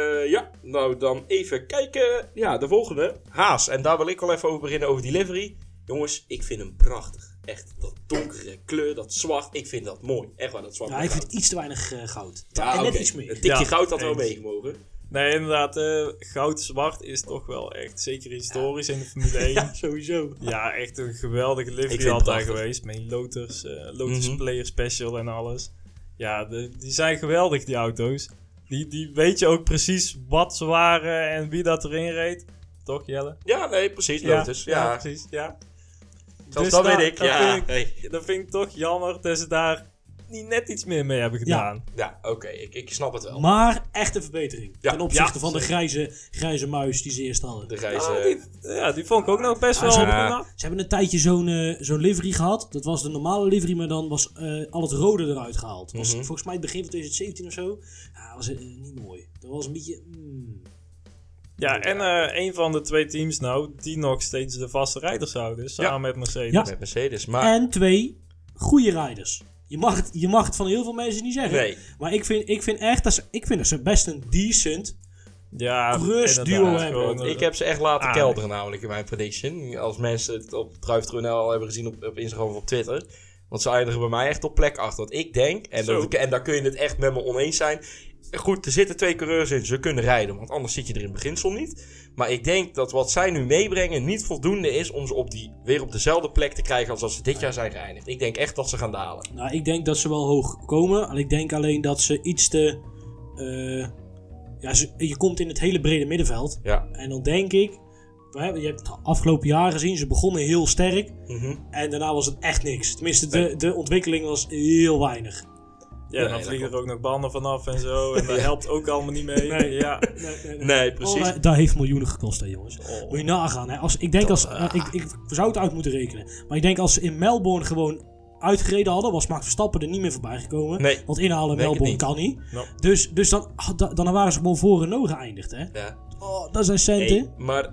Nou, dan even kijken. Ja, de volgende. Haas. En daar wil ik wel even over beginnen, over die livery. Jongens, ik vind hem prachtig. Echt, dat donkere kleur, dat zwart. Ik vind dat mooi. Echt waar, dat zwart. Ja, ik vind iets te weinig goud. Ja, net iets meer. Een tikje goud had wel meegemogen. Nee, inderdaad, goud-zwart is toch wel echt, zeker historisch in de Formule 1. Ja, sowieso. Ja, echt een geweldige livery altijd geweest. Met Lotus Player Special en alles. Ja, die zijn geweldig, die auto's. Die weet je ook precies wat ze waren en wie dat erin reed. Toch, Jelle? Ja, nee, precies, Lotus. Ja, precies, ja. Dus dat weet ik, Dat vind ik toch jammer dat ze daar niet net iets meer mee hebben gedaan. Ja, oké. Ik snap het wel. Maar echte verbetering. Ten opzichte van de grijze muis die ze eerst hadden. De grijze... die vond ik ook nog best wel... Ze hebben een tijdje zo'n livery gehad. Dat was de normale livery, maar dan was al het rode eruit gehaald. Was volgens mij het begin van 2017 of zo. Ja, dat was niet mooi. Dat was een beetje... Ja, en een van de 2 teams nou, die nog steeds de vaste rijders houden. Samen met Mercedes. Ja, met Mercedes. Maar... En 2 goede rijders. Je mag het van heel veel mensen niet zeggen. Nee. Maar ik vind dat ze best een decent duo hebben. Ik heb ze echt laten kelderen namelijk in mijn prediction. Als mensen het op DriveThruNL al hebben gezien op Instagram of op Twitter. Want ze eindigen bij mij echt op plek 8. Want ik denk, en daar kun je het echt met me oneens zijn. Goed, er zitten 2 coureurs in. Ze kunnen rijden, want anders zit je er in beginsel niet. Maar ik denk dat wat zij nu meebrengen niet voldoende is om ze weer op dezelfde plek te krijgen als ze dit jaar zijn geëindigd. Ik denk echt dat ze gaan dalen. Nou, ik denk dat ze wel hoog komen. Ik denk alleen dat ze iets te... je komt in het hele brede middenveld. Ja. En dan denk ik... Je hebt het afgelopen jaar gezien, ze begonnen heel sterk. Mm-hmm. En daarna was het echt niks. Tenminste, de ontwikkeling was heel weinig. Ja, dan vliegen er ook nog banden vanaf en zo. En dat helpt ook allemaal niet mee. Nee, precies. Dat heeft miljoenen gekost, hè, jongens. Moet je nagaan. Hè. Ik zou het uit moeten rekenen. Maar ik denk als ze in Melbourne gewoon uitgereden hadden, was Max Verstappen er niet meer voorbij gekomen. Nee, want inhalen in Melbourne kan niet. No. Dus dan waren ze gewoon voor Renault geëindigd. Hè. Ja. Dat zijn centen. Hey, maar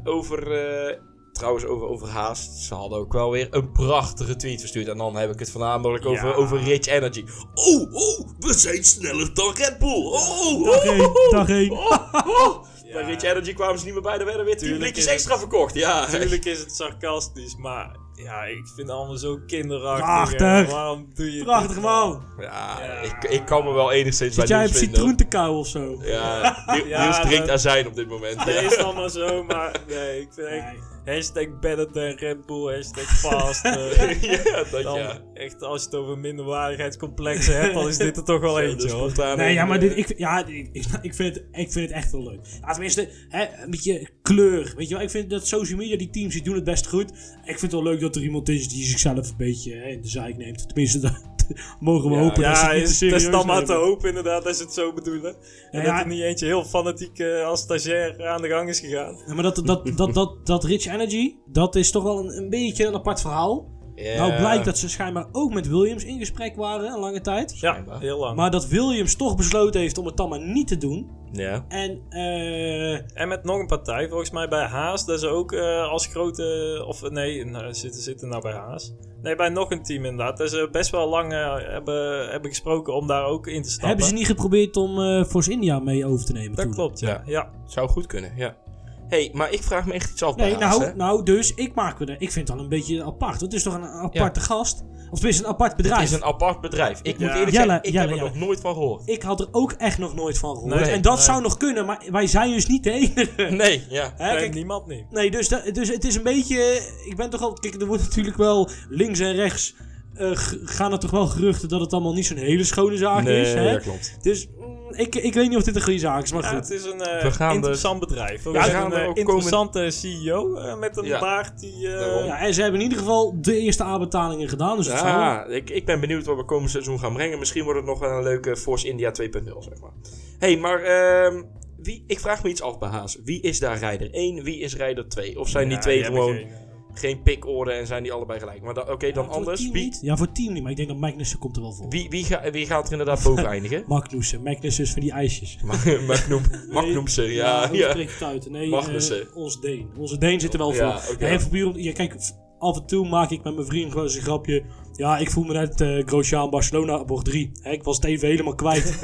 over Haas, ze hadden ook wel weer een prachtige tweet verstuurd. En dan heb ik het voornamelijk over Rich Energy. We zijn sneller dan Red Bull. Dag 1. Bij Rich Energy kwamen ze niet meer bij, er werden weer 10 blikjes extra verkocht. Ja. Tuurlijk is het sarcastisch, maar ja, ik vind het allemaal zo kinderachtig. Prachtig. Waarom doe je prachtig, man. Ja. Ik kan me wel enigszins bij Niels vinden. Zit jij op citroen te kauwen of zo? Ja, Niels drinkt azijn op dit moment. Nee, is allemaal zo, maar nee, ik vind echt... Hashtag better than Red Bull, hashtag fast. Echt, als je het over minderwaardigheidscomplexen hebt, dan is dit er toch wel eentje, hoor. Nee, ja, maar ik vind het echt wel leuk. Ja, tenminste, een beetje kleur. Weet je wel, ik vind dat social media, die teams, die doen het best goed. Ik vind het wel leuk dat er iemand is die zichzelf een beetje in de zeik neemt. Tenminste, mogen we hopen dat ze het niet te serieus is dan maar nemen. te hopen inderdaad dat ze het zo bedoelen. En dat er niet eentje heel fanatiek als stagiair aan de gang is gegaan. Ja, maar dat Rich Energy, dat is toch wel een beetje een apart verhaal. Yeah. Nou blijkt dat ze schijnbaar ook met Williams in gesprek waren een lange tijd. Ja, heel lang. Maar dat Williams toch besloten heeft om het dan maar niet te doen. Ja. En met nog een partij, volgens mij bij Haas, dat ze ook als grote... Of nee, zitten nou bij Haas. Nee, bij nog een team inderdaad. Dat ze best wel lang hebben gesproken om daar ook in te stappen. Hebben ze niet geprobeerd om Force India mee over te nemen Dat toen? klopt, ja. Zou goed kunnen, ja. Hey, maar ik vraag me echt iets af bij Haas, dus ik vind het dan een beetje apart. Het is toch een aparte gast? Of tenminste een apart bedrijf. Het is een apart bedrijf. Ik moet eerlijk zeggen, ik heb er nog nooit van gehoord. Ik had er ook echt nog nooit van gehoord. Nee, en dat zou nog kunnen, maar wij zijn dus niet de enige. Nee, ja. Kijk, niemand niet. Nee, dus het is een beetje... Ik ben toch al... Kijk, er wordt natuurlijk wel links en rechts... gaan er toch wel geruchten dat het allemaal niet zo'n hele schone zaak is. Nee, hè? dat klopt. Dus ik weet niet of dit een goede zaak is, maar goed. Het is een interessant bedrijf. We gaan een interessante CEO met een baard die... en ze hebben in ieder geval de eerste aanbetalingen gedaan. Dus ik ben benieuwd wat we komend seizoen gaan brengen. Misschien wordt het nog wel een leuke Force India 2.0, zeg maar. Hey, maar ik vraag me iets af bij Haas. Wie is daar rijder 1? Wie is rijder 2? Of zijn die twee gewoon... Geen pickorde en zijn die allebei gelijk. Maar oké, dan anders. Wie? Niet. Ja, voor team niet, maar ik denk dat Magnussen komt er wel voor. Wie gaat er inderdaad boven eindigen? Magnussen is van die ijsjes. Magnussen, ja. Hoe spreek je het uit? Nee, onze Deen. Onze Deen zit er wel voor. Okay. Ja, kijk, af en toe maak ik met mijn vriend gewoon eens een grapje. Ja, ik voel me net Grosjean Barcelona bocht 3. Ik was het even helemaal kwijt.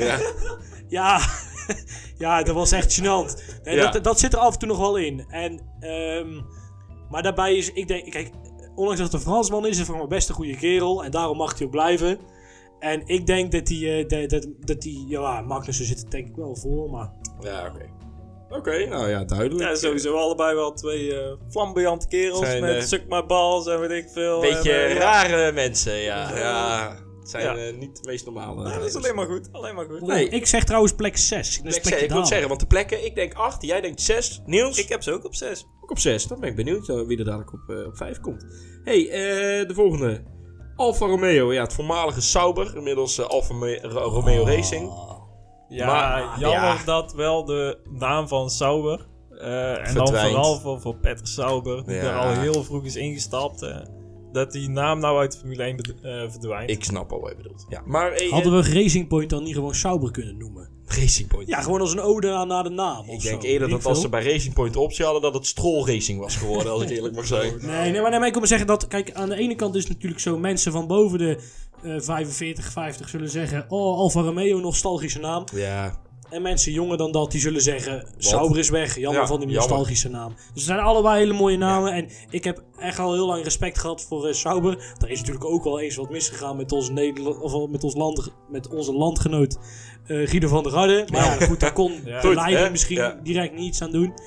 Ja, dat was echt gênant. Dat zit er af en toe nog wel in. Maar daarbij is, ik denk, kijk, ondanks dat het een Fransman is, het voor mij best een goede kerel. En daarom mag hij ook blijven. En ik denk dat hij Magnussen zit er denk ik wel voor, maar... Ja, oké, nou ja, duidelijk. Ja, sowieso allebei wel twee flamboyante kerels met suk my balls en weet ik veel. Beetje rare mensen, ja. Het zijn niet de meest normale. Dat is alleen maar goed. Nee. Ik zeg trouwens plek 6. Ik wil zeggen, want de plekken, ik denk 8, jij denkt 6. Niels? Ik heb ze ook op 6. Ook op 6, dan ben ik benieuwd wie er dadelijk op 5 komt. Hey, de volgende. Alfa Romeo, ja, het voormalige Sauber, inmiddels Alfa Romeo Racing. Ja, maar, jammer dat wel de naam van Sauber, en dan vooral voor Peter Sauber, die er al heel vroeg is ingestapt, dat die naam nou uit de Formule 1 verdwijnt. Ik snap al wat je bedoelt. Ja, maar, hadden we Racing Point dan niet gewoon Sauber kunnen noemen? Racing Point? Ja, gewoon als een ode naar de naam. Ik denk eerder dat als ze bij Racing Point de optie hadden, dat het Stroll Racing was geworden, als ik eerlijk mag zijn. Nee, maar ik wil maar zeggen dat, kijk, aan de ene kant is het natuurlijk zo, mensen van boven de 45, 50 zullen zeggen, Alfa Romeo, nostalgische naam. Ja. En mensen jonger dan dat, die zullen zeggen, Sauber is weg, jammer van die nostalgische naam. Dus het zijn allebei hele mooie namen. Ja. En ik heb echt al heel lang respect gehad voor Sauber. Daar is natuurlijk ook wel eens wat misgegaan met onze landgenoot Guido van der Garde. Maar ja, goed, daar kon de leiding misschien direct niets aan doen.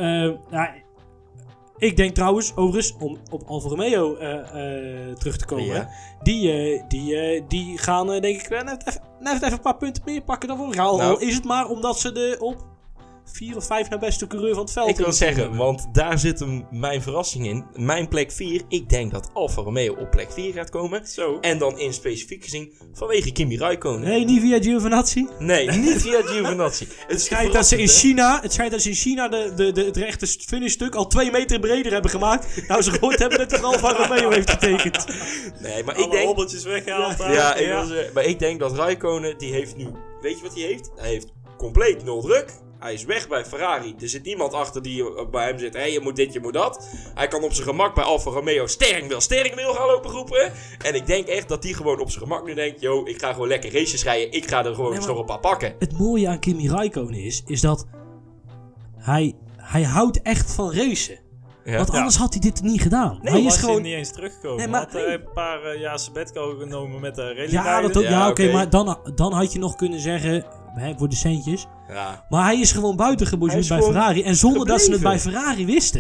Ik denk trouwens, overigens, om op Alfa Romeo terug te komen. Ja. Die gaan, denk ik, net even een paar punten meer pakken dan vorig jaar. Al is het maar omdat ze de op 4 of 5 naar beste coureur van het veld. Ik wil zeggen, want daar zit mijn verrassing in. Mijn plek 4, ik denk dat Alfa Romeo op plek 4 gaat komen. Zo. En dan in specifiek gezien vanwege Kimi Räikkönen. Nee, niet via Giovinazzi. Nee, niet via Giovinazzi. Het schijnt dat ze in China het rechte finishtstuk al 2 meter breder hebben gemaakt. Nou, ze gehoord hebben dat het Alfa Romeo heeft getekend. Nee, maar ik denk... hobbeltjes weggehaald. Maar ik denk dat Räikkönen, die heeft nu... Weet je wat hij heeft? Hij heeft compleet 0 druk. Hij is weg bij Ferrari. Er zit niemand achter die bij hem zit. Hé, je moet dit, je moet dat. Hij kan op zijn gemak bij Alfa Romeo steering wil gaan lopen roepen. En ik denk echt dat hij gewoon op zijn gemak nu denkt... Yo, ik ga gewoon lekker races rijden. Ik ga er gewoon eens nog een paar pakken. Het mooie aan Kimi Räikkönen is dat hij houdt echt van racen. Ja. Want anders had hij dit niet gedaan. Nee, hij is gewoon niet eens teruggekomen. Nee, maar hij had een paar jaar sabbatical genomen met de rally. Ja, dat ook. Oké, maar dan had je nog kunnen zeggen... voor de centjes. Ja. Maar hij is gewoon buiten gebourgeoisd bij Ferrari. En zonder dat ze het bij Ferrari wisten...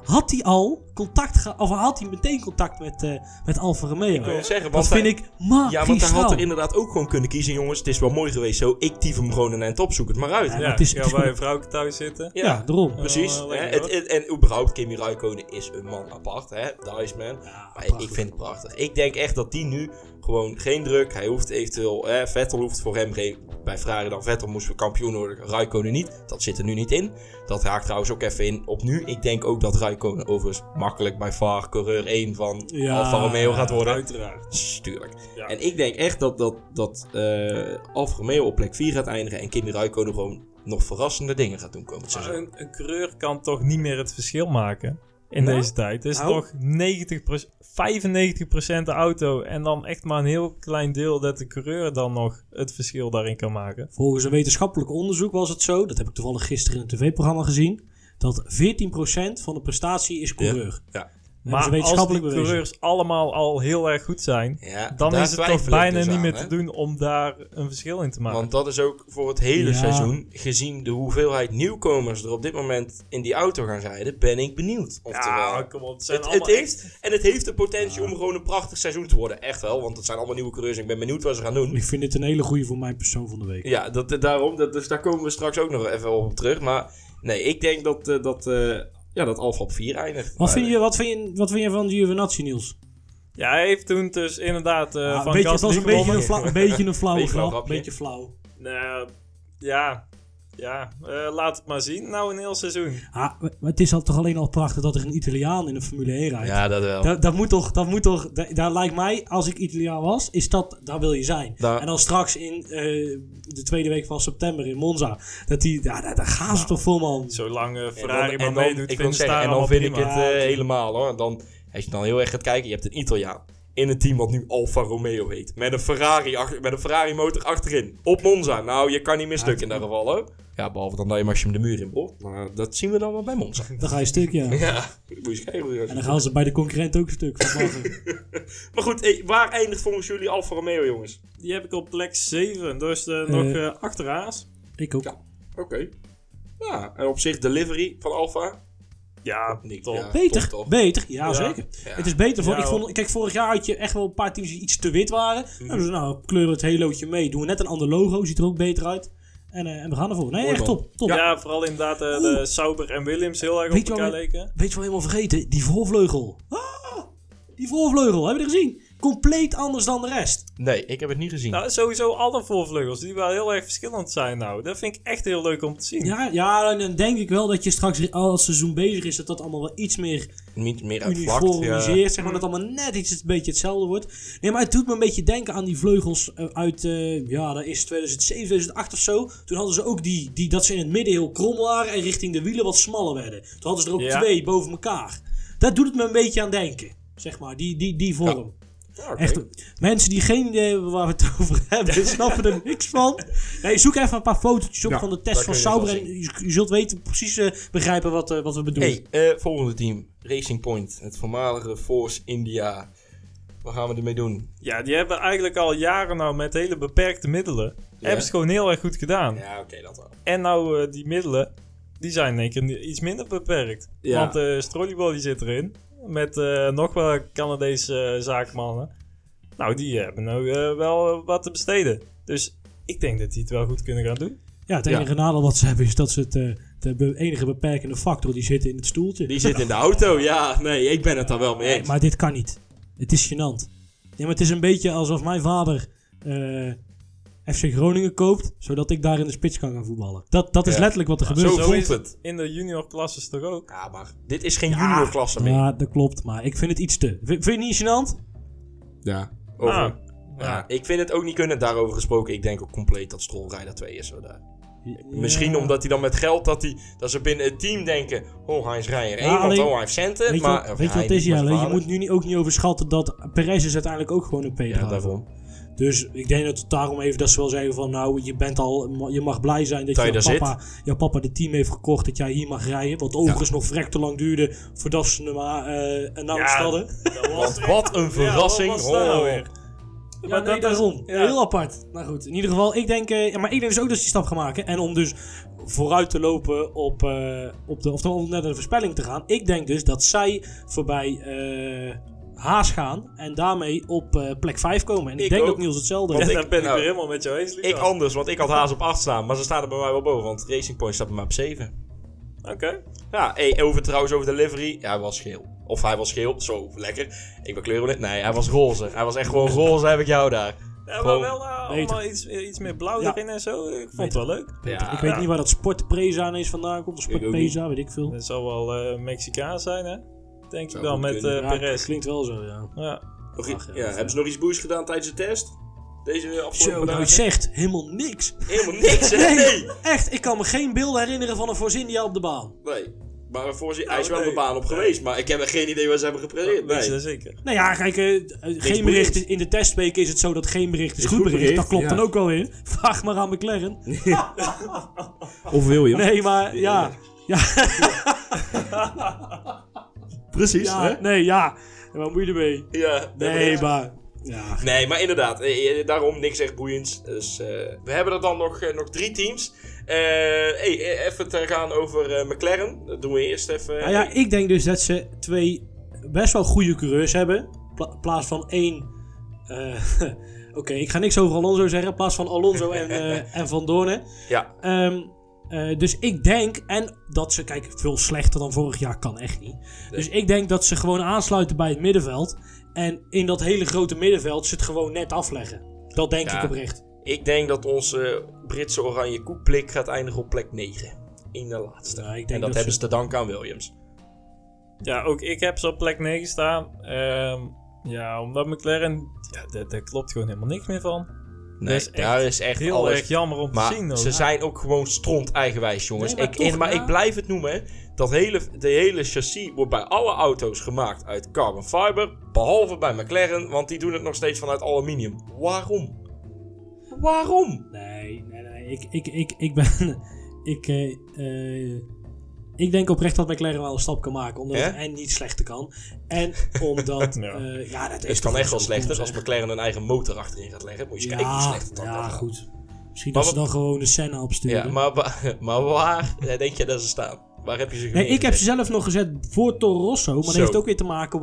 had hij al contact of had hij meteen contact met Alfa Romeo? Ik wil zeggen, dat vind ik magistraal. Ja, want hij had er inderdaad ook gewoon kunnen kiezen, jongens. Het is wel mooi geweest zo. Ik tief hem gewoon een eind op, zoek het maar uit. Ja, het is bij een vrouw thuis zitten. Ja, daarom. Precies. En überhaupt, Kimi Räikkönen is een man apart, hè. The Iceman. Ja, maar ik vind het prachtig. Ik denk echt dat die nu gewoon geen druk. Hij hoeft eventueel, Vettel hoeft voor hem geen... Bij Ferrari dan Vettel moest we kampioen worden, Räikkönen niet. Dat zit er nu niet in. Dat haakt trouwens ook even in op nu. Ik denk ook dat Räikkönen overigens makkelijk bij VAR coureur 1 van Alfa Romeo gaat worden. Uiteraard. Tuurlijk. Ja. En ik denk echt dat Alfa Romeo op plek 4 gaat eindigen en Kimi Räikkönen gewoon nog verrassende dingen gaat doen komend seizoen. Een coureur kan toch niet meer het verschil maken in deze tijd. Het is toch 95% de auto en dan echt maar een heel klein deel dat de coureur dan nog het verschil daarin kan maken. Volgens een wetenschappelijk onderzoek was het zo, dat heb ik toevallig gisteren in een tv-programma gezien, dat 14% van de prestatie is coureur. Ja. Maar als die coureurs allemaal al heel erg goed zijn, dan is het toch bijna niet meer te doen om daar een verschil in te maken. Want dat is ook voor het hele seizoen, gezien de hoeveelheid nieuwkomers er op dit moment in die auto gaan rijden, ben ik benieuwd. Kom op. Het heeft de potentie om gewoon een prachtig seizoen te worden. Echt wel, want het zijn allemaal nieuwe coureurs en ik ben benieuwd wat ze gaan doen. Ik vind dit een hele goeie voor mijn persoon van de week. Ja, dus daar komen we straks ook nog even op terug. Maar nee, ik denk dat Alfa op 4 eindigt. Wat vind je van Giovinazzi, Niels? Ja, hij heeft toen dus inderdaad van het was een beetje een flauwe grap. Een beetje flauw. Laat het maar zien. Nou, een heel seizoen. Maar het is toch alleen al prachtig dat er een Italiaan in de Formule 1 rijdt. Ja, dat wel. Dat moet toch... Daar lijkt mij, als ik Italiaan was, daar wil je zijn. En dan straks in de tweede week van september in Monza. Daar gaan ze toch vol, man. Zolang Ferrari maar meedoet, ik wil zeggen, en dan vind ik het helemaal, hoor. Als je dan heel erg gaat kijken, je hebt een Italiaan in een team wat nu Alfa Romeo heet. Met een Ferrari motor achterin. Op Monza. Nou, je kan niet meer stuk in dat geval, hoor. Ja, behalve dan dat je als je hem de muur in boort. Maar dat zien we dan wel bij Monza. Dan ga je stuk, ja. Ja, moet je schrijven. En dan gaan ze bij de concurrent ook een stuk. Maar goed, waar eindigt volgens jullie Alfa Romeo, jongens? Die heb ik op plek 7. Dus nog achterhaas. Ik ook. Ja, oké. Ja, en op zich de livery van Alfa... Ja, toch. Ja, beter. Ja, zeker. Ja. Het is beter. Kijk, vorig jaar had je echt wel een paar teams die iets te wit waren. Dus kleuren het halootje mee. Doen we net een ander logo. Ziet er ook beter uit. En we gaan ervoor. Nee, echt top. Ja, vooral inderdaad de Sauber en Williams heel erg op elkaar leken. Weet je wat helemaal vergeten? Die voorvleugel. Die voorvleugel. Heb je er gezien? Compleet anders dan de rest. Nee, ik heb het niet gezien. Nou, sowieso alle voorvleugels die wel heel erg verschillend zijn nou. Dat vind ik echt heel leuk om te zien. Ja, dan denk ik wel dat je straks, als het seizoen bezig is, dat allemaal wel iets meer uniformiseert. Zeg maar, dat allemaal net iets een beetje hetzelfde wordt. Nee, maar het doet me een beetje denken aan die vleugels uit, dat is 2007, 2008 of zo. Toen hadden ze ook dat ze in het midden heel krom waren en richting de wielen wat smaller werden. Toen hadden ze er ook 2 boven elkaar. Dat doet het me een beetje aan denken. Zeg maar, die vorm. Ja. Okay. Echt, mensen die geen idee hebben waar we het over hebben, snappen er niks van. Nee, zoek even een paar fotootjes op van de test van Sauber en je zult weten, precies begrijpen wat we bedoelen. Volgende team, Racing Point, het voormalige Force India. Wat gaan we ermee doen? Ja, die hebben eigenlijk al jaren nou met hele beperkte middelen, hebben ze gewoon heel erg goed gedaan. Ja, oké, dat wel. En nou, die middelen, die zijn in één keer iets minder beperkt. Ja. Want de Strollybody zit erin. Met nog wel Canadese zaakmannen. Nou, die hebben nou wel wat te besteden. Dus ik denk dat die het wel goed kunnen gaan doen. Ja, het enige nadeel wat ze hebben is dat ze de enige beperkende factor, die zit in het stoeltje. Die zit in de auto, ja. Nee, ik ben het daar wel mee eens. Nee, maar dit kan niet. Het is gênant. Nee, maar het is een beetje alsof mijn vader FC Groningen koopt, zodat ik daar in de spits kan gaan voetballen. Dat is letterlijk wat er gebeurt. Zo voelt het. In de juniorklasses toch ook? Ja, maar dit is geen juniorklasse meer. Ja, dat klopt. Maar ik vind het iets te... Vind je het niet gênant? Ja. Ik vind het ook niet kunnen. Daarover gesproken, ik denk ook compleet dat Stroll rijder 2 is. Misschien omdat hij dan met geld, dat ze binnen het team denken, hij is rijder 1, want hij heeft centen. Weet je wat het is? Je moet nu ook niet overschatten dat Perez is uiteindelijk ook gewoon een P-driver. Ja, daarom. Dus ik denk dat het daarom even dat ze wel zeggen van je mag blij zijn dat jouw papa de team heeft gekocht, dat jij hier mag rijden. Wat overigens nog vrek te lang duurde voordat ze hem announced hadden. Wat een verrassing. Ja, nee, daarom. Ja. Heel apart. Nou goed, in ieder geval, ik denk dus ook dat ze die stap gaan maken. En om dus vooruit te lopen om naar de voorspelling te gaan. Ik denk dus dat zij voorbij Haas gaan en daarmee op plek 5 komen. En ik denk ook dat Niels hetzelfde heeft. Dan ben ik weer helemaal met jou eens. Ik anders, want ik had Haas op 8 staan, maar ze staan er bij mij wel boven, want Racing Point staat bij mij op 7. Oké. Ja, trouwens over de livery, ja, hij was geel. Of hij was geel, zo lekker. Ik ben kleurenblind. Nee, hij was roze. Hij was echt gewoon roze, heb ik jou daar. Ja, gewoon maar wel allemaal iets meer blauw erin en zo. Ik vond het wel leuk. Ja, ik weet niet waar dat Sportpreza ineens vandaan komt. Of Sportpeza, weet ik veel. Dat zal wel Mexicaans zijn, hè? Denk ik dan, met Perez. Klinkt wel zo, ja. Hebben ze nog iets boeiends gedaan tijdens de test? Deze afgelopen dagen? Je zegt helemaal niks. Helemaal niks, hè? Nee, echt. Ik kan me geen beelden herinneren van een Force India op de baan. Nee. Maar hij is wel de baan op geweest, maar ik heb geen idee wat ze hebben gepresenteerd. Nee, dat zeker. Nou ja, kijk, geen bericht in de testweek is het zo dat geen bericht is goed bericht. Dat klopt dan ook wel weer. Vraag maar aan McLaren. Of Williams. Nee, maar ja. Precies, ja, hè? Nee, ja. Wat moet je ermee? Ja. Nee, maar... Ja. Nee, maar inderdaad. Daarom niks echt boeiends. Dus we hebben er dan nog 3 teams. Even te gaan over McLaren. Dat doen we eerst even. Nou ja, ik denk dus dat ze 2 best wel goede coureurs hebben. In plaats van 1... Oké, ik ga niks over Alonso zeggen. In plaats van Alonso en Van Doornen. Ja. Dus ik denk... En dat ze... Kijk, veel slechter dan vorig jaar kan echt niet. Nee. Dus ik denk dat ze gewoon aansluiten bij het middenveld. En in dat hele grote middenveld ze het gewoon net afleggen. Dat denk ik oprecht. Ik denk dat onze Britse oranje koekblik gaat eindigen op plek 9. In de laatste. Ja, ik denk en dat hebben ze te danken aan Williams. Ja, ook ik heb ze op plek 9 staan. Omdat McLaren... Ja, daar klopt gewoon helemaal niks meer van. Nee, daar is echt heel erg jammer om te zien. Ze zijn ook gewoon stront eigenwijs, jongens. Nee, maar ik blijf het noemen. De hele chassis wordt bij alle auto's gemaakt uit carbon fiber. Behalve bij McLaren, want die doen het nog steeds vanuit aluminium. Waarom? Nee. Ik denk oprecht dat McLaren wel een stap kan maken. Omdat het en niet slechter kan. En omdat... dat het kan echt wel slechter als McLaren een eigen motor achterin gaat leggen. Moet je kijken hoe slecht het dan gaat. Ja, goed. Misschien dat ze dan gewoon de Senna opsturen. Ja, maar waar denk je dat ze staan? Waar heb je ze gezet? Ik heb ze zelf nog gezet voor Toro Rosso. Maar dat heeft ook weer te maken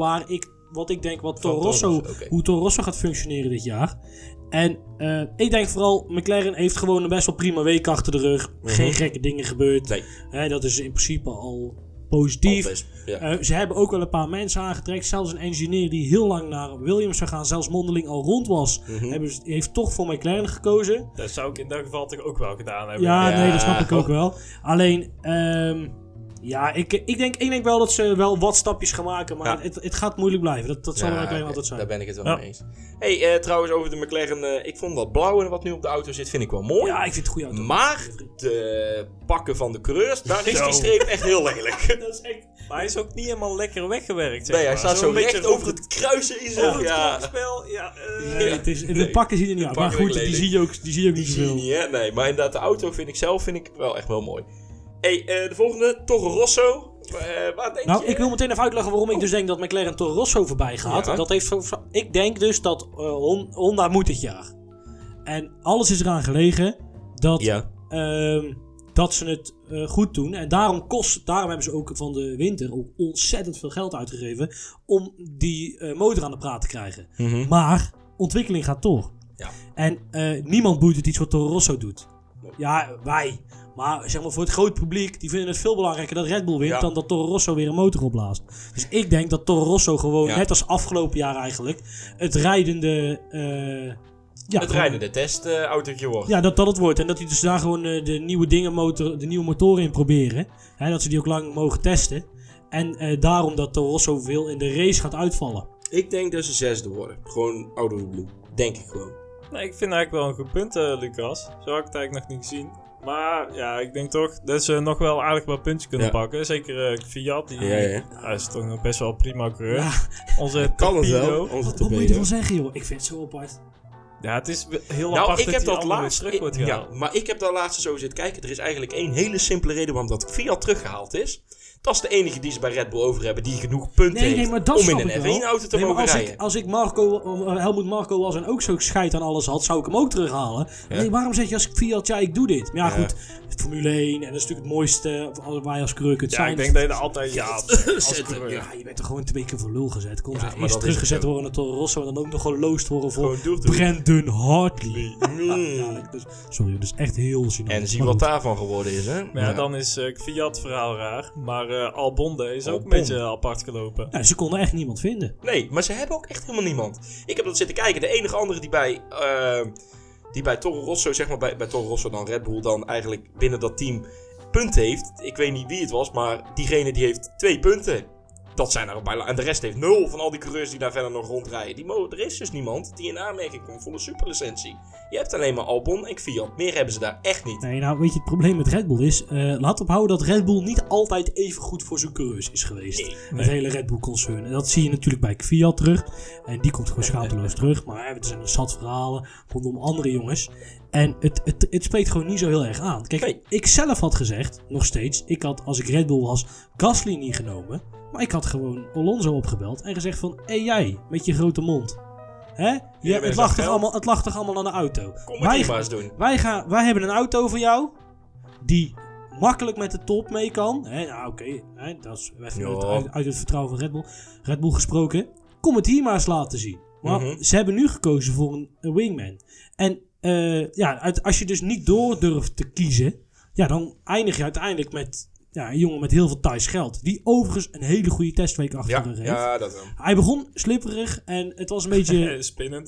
hoe Toro Rosso gaat functioneren dit jaar. En ik denk vooral, McLaren heeft gewoon een best wel prima week achter de rug. Geen gekke dingen gebeurd. Nee. Dat is in principe al positief. Ze hebben ook wel een paar mensen aangetrekt. Zelfs een engineer die heel lang naar Williams zou gaan, zelfs mondeling al rond was, heeft toch voor McLaren gekozen. Dat zou ik in dat geval toch ook wel gedaan hebben. Ja, nee, dat snap ik ook wel. Alleen... ik denk wel dat ze wel wat stapjes gaan maken, maar het gaat moeilijk blijven. Dat zal McLaren altijd zijn. Daar ben ik het wel mee eens. Hey, trouwens over de McLaren, ik vond dat blauwe wat nu op de auto zit, vind ik wel mooi. Ja, ik vind het een goede auto. Maar de pakken van de coureurs, daar is die streep echt heel lelijk. Dat is echt... Maar hij is ook niet helemaal lekker weggewerkt. Nee, hij staat zo recht over het kruisen in zijn... De pakken zien er niet uit. Maar goed, die zie je ook niet zoveel. Nee, maar inderdaad, de auto vind ik wel echt wel mooi. Hey, de volgende, Toro Rosso. Waar denk je? Ik wil meteen even uitleggen waarom ik dus denk dat McLaren Toro Rosso voorbij gaat. Ja. Ik denk dus dat Honda moet dit jaar. En alles is eraan gelegen dat ze het goed doen. En daarom hebben ze ook van de winter ook ontzettend veel geld uitgegeven om die motor aan de praat te krijgen. Mm-hmm. Maar ontwikkeling gaat door. Ja. En niemand boeit het iets wat Toro Rosso doet. Ja, wij. Maar zeg maar voor het grote publiek, die vinden het veel belangrijker dat Red Bull wint dan dat Toro Rosso weer een motor opblaast. Dus ik denk dat Toro Rosso gewoon, net als afgelopen jaar eigenlijk, het rijdende testautootje wordt. Ja, dat het wordt. En dat die dus daar gewoon de nieuwe motoren in proberen. Hè, dat ze die ook lang mogen testen. En daarom dat Toro Rosso veel in de race gaat uitvallen. Ik denk dat ze 6e worden. Gewoon out of the blue. Denk ik gewoon. Nee, ik vind eigenlijk wel een goed punt, Lucas. Zo had ik het eigenlijk nog niet gezien. Maar ja, ik denk toch dat ze nog wel aardig wat puntjes kunnen pakken. Zeker Fiat, hij is toch nog best wel prima coureur. Ja. Onze Torpedo. Wat moet je ervan zeggen, joh? Ik vind het zo apart. Ja, het is heel apart dat die laatst terug wordt gehaald. Ja, maar ik heb daar laatst zo zitten kijken. Er is eigenlijk één hele simpele reden waarom dat Fiat teruggehaald is. Dat is de enige die ze bij Red Bull over hebben die genoeg punten heeft om in een F1-auto te mogen rijden. Als ik Helmut Marko was en ook zo scheid aan alles had, zou ik hem ook terughalen. Ja. Nee, waarom zeg je als Fiat, ja, ik doe dit? Maar ja, goed, Formule 1 en dat is natuurlijk het mooiste waar je als coureur kunt zijn. Ik denk dat je er altijd als coureur. Ja, je bent er gewoon 2 keer voor lul gezet. Kom zeg, eerst teruggezet worden naar Toro Rosso en dan ook nog geloost worden voor Brandon Hartley. Sorry, dat is echt heel gênant. En zie wat daarvan geworden is, hè? Maar dan is Fiat verhaal raar. Maar Albon is ook een beetje apart gelopen. Ja, ze konden echt niemand vinden. Nee, maar ze hebben ook echt helemaal niemand. Ik heb dat zitten kijken. De enige andere die bij Toro Rosso, zeg maar bij Toro Rosso dan Red Bull dan eigenlijk binnen dat team punten heeft. Ik weet niet wie het was, maar diegene die heeft 2 punten. Dat zijn er bijna. En de rest heeft 0 van al die coureurs die daar verder nog rondrijden. Er is dus niemand die in aanmerking komt voor een superlicentie. Je hebt alleen maar Albon en Fiat. Meer hebben ze daar echt niet. Nee, nou weet je, het probleem met Red Bull is... laat ophouden dat Red Bull niet altijd even goed voor zijn coureurs is geweest. Nee. Het hele Red Bull concern. En dat zie je natuurlijk bij Fiat terug. En die komt gewoon schaamteloos terug. Maar er zijn er zat verhalen rondom andere jongens. En het spreekt gewoon niet zo heel erg aan. Kijk, ik zelf had gezegd, nog steeds... Ik had, als ik Red Bull was, Gasly niet genomen... Maar ik had gewoon Alonso opgebeld en gezegd van... Hé jij, met je grote mond. Hè? Het lag toch allemaal aan de auto. Kom het maar eens doen. Wij hebben een auto voor jou... Die makkelijk met de top mee kan. Hè? Nou oké, dat is even uit het vertrouwen van Red Bull gesproken. Kom het hier maar eens laten zien. Maar ze hebben nu gekozen voor een wingman. En als je dus niet door durft te kiezen... Ja, dan eindig je uiteindelijk met... Ja, een jongen met heel veel Thais geld. Die overigens een hele goede testweek achter de rug heeft. Ja, dat wel. Hij begon slipperig en het was een beetje... Spinnend.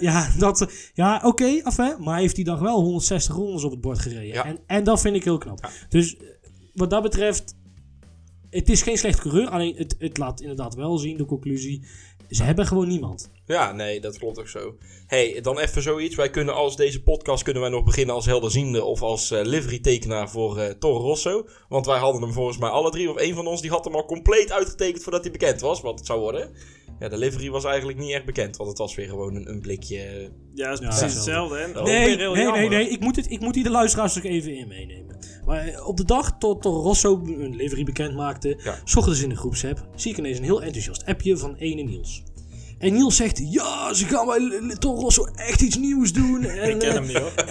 Oké, af hè. Maar heeft die dag wel 160 rondes op het bord gereden. Ja. En dat vind ik heel knap. Ja. Dus wat dat betreft... Het is geen slecht coureur. Alleen het laat inderdaad wel zien, de conclusie... Ze hebben gewoon niemand. Ja, nee, dat klopt ook zo. Hey, dan even zoiets. Wij kunnen als deze podcast kunnen wij nog beginnen als helderziende of als livery-tekenaar voor Toro Rosso. Want wij hadden hem volgens mij alle 3 of 1 van ons, die had hem al compleet uitgetekend voordat hij bekend was, wat het zou worden. Ja, de livery was eigenlijk niet echt bekend, want het was weer gewoon een blikje... Ja, het is precies hetzelfde. Hè? Nee, ik moet hier de luisteraars ook even in meenemen. Maar op de dag tot Toro Rosso een livery bekend maakte, 's ochtends in de groepsapp, zie ik ineens een heel enthousiast appje van ene Niels. En Niels zegt, ja, ze gaan bij Toro Rosso echt iets nieuws doen. En, ik ken hem niet hoor.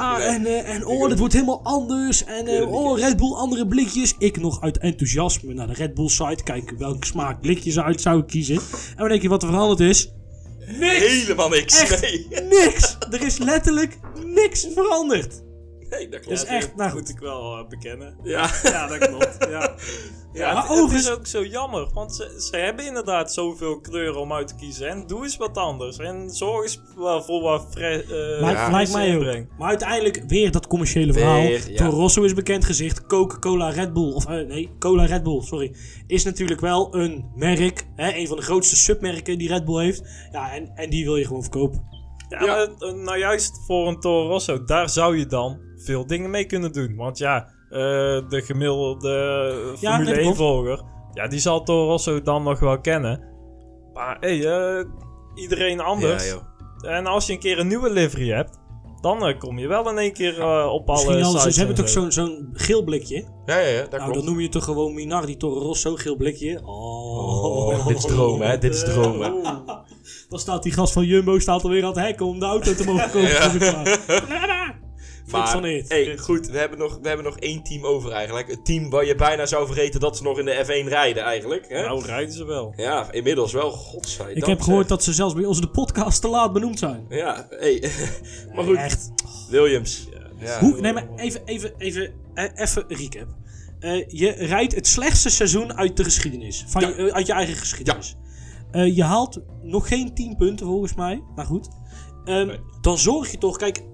En dit wordt helemaal anders. En Red Bull, andere blikjes. Ik nog uit enthousiasme naar de Red Bull site. Kijken welke smaak blikjes uit zou ik kiezen. En dan denk je wat er veranderd is. Niks! Helemaal niks. Echt niks! Er is letterlijk niks veranderd. Nee, dat klopt. Dus echt, nou moet ik wel bekennen. Ja, dat klopt. Ja, maar het is ook zo jammer, want ze hebben inderdaad zoveel kleuren om uit te kiezen. En doe eens wat anders. En zorg eens voor wat lijkt mij ook. Maar uiteindelijk weer dat commerciële verhaal. Toro Rosso is bekend gezicht. Coca-Cola Red Bull, Cola Red Bull, sorry. Is natuurlijk wel een merk. Een van de grootste submerken die Red Bull heeft. Ja, en die wil je gewoon verkopen. Ja, maar nou juist voor een Toro Rosso, daar zou je dan veel dingen mee kunnen doen. Want de gemiddelde Formule 1-volger, die zal Toro Rosso dan nog wel kennen. Maar iedereen anders. Ja, en als je een keer een nieuwe livery hebt, dan kom je wel in één keer op alle sites. Ze hebben toch zo'n geel blikje? Ja, dat klopt. Dan noem je toch gewoon Minardi Toro Rosso, geel blikje. Dit is droom, hè? Dit is droom, hè? Dan staat die gast van Jumbo alweer aan het hekken om de auto te mogen kopen. Maar, goed, we hebben nog 1 team over eigenlijk. Het team waar je bijna zou vergeten dat ze nog in de F1 rijden eigenlijk. Hè? Nou, rijden ze wel. Ja, inmiddels wel, godzijdank. Ik heb gehoord dat ze zelfs bij ons de podcast te laat benoemd zijn. Ja, maar goed. Echt. Williams. Nee, maar even recap. Je rijdt het slechtste seizoen uit de geschiedenis. Uit je eigen geschiedenis. Je haalt nog geen 10 punten volgens mij. Maar goed. Dan zorg je toch, kijk...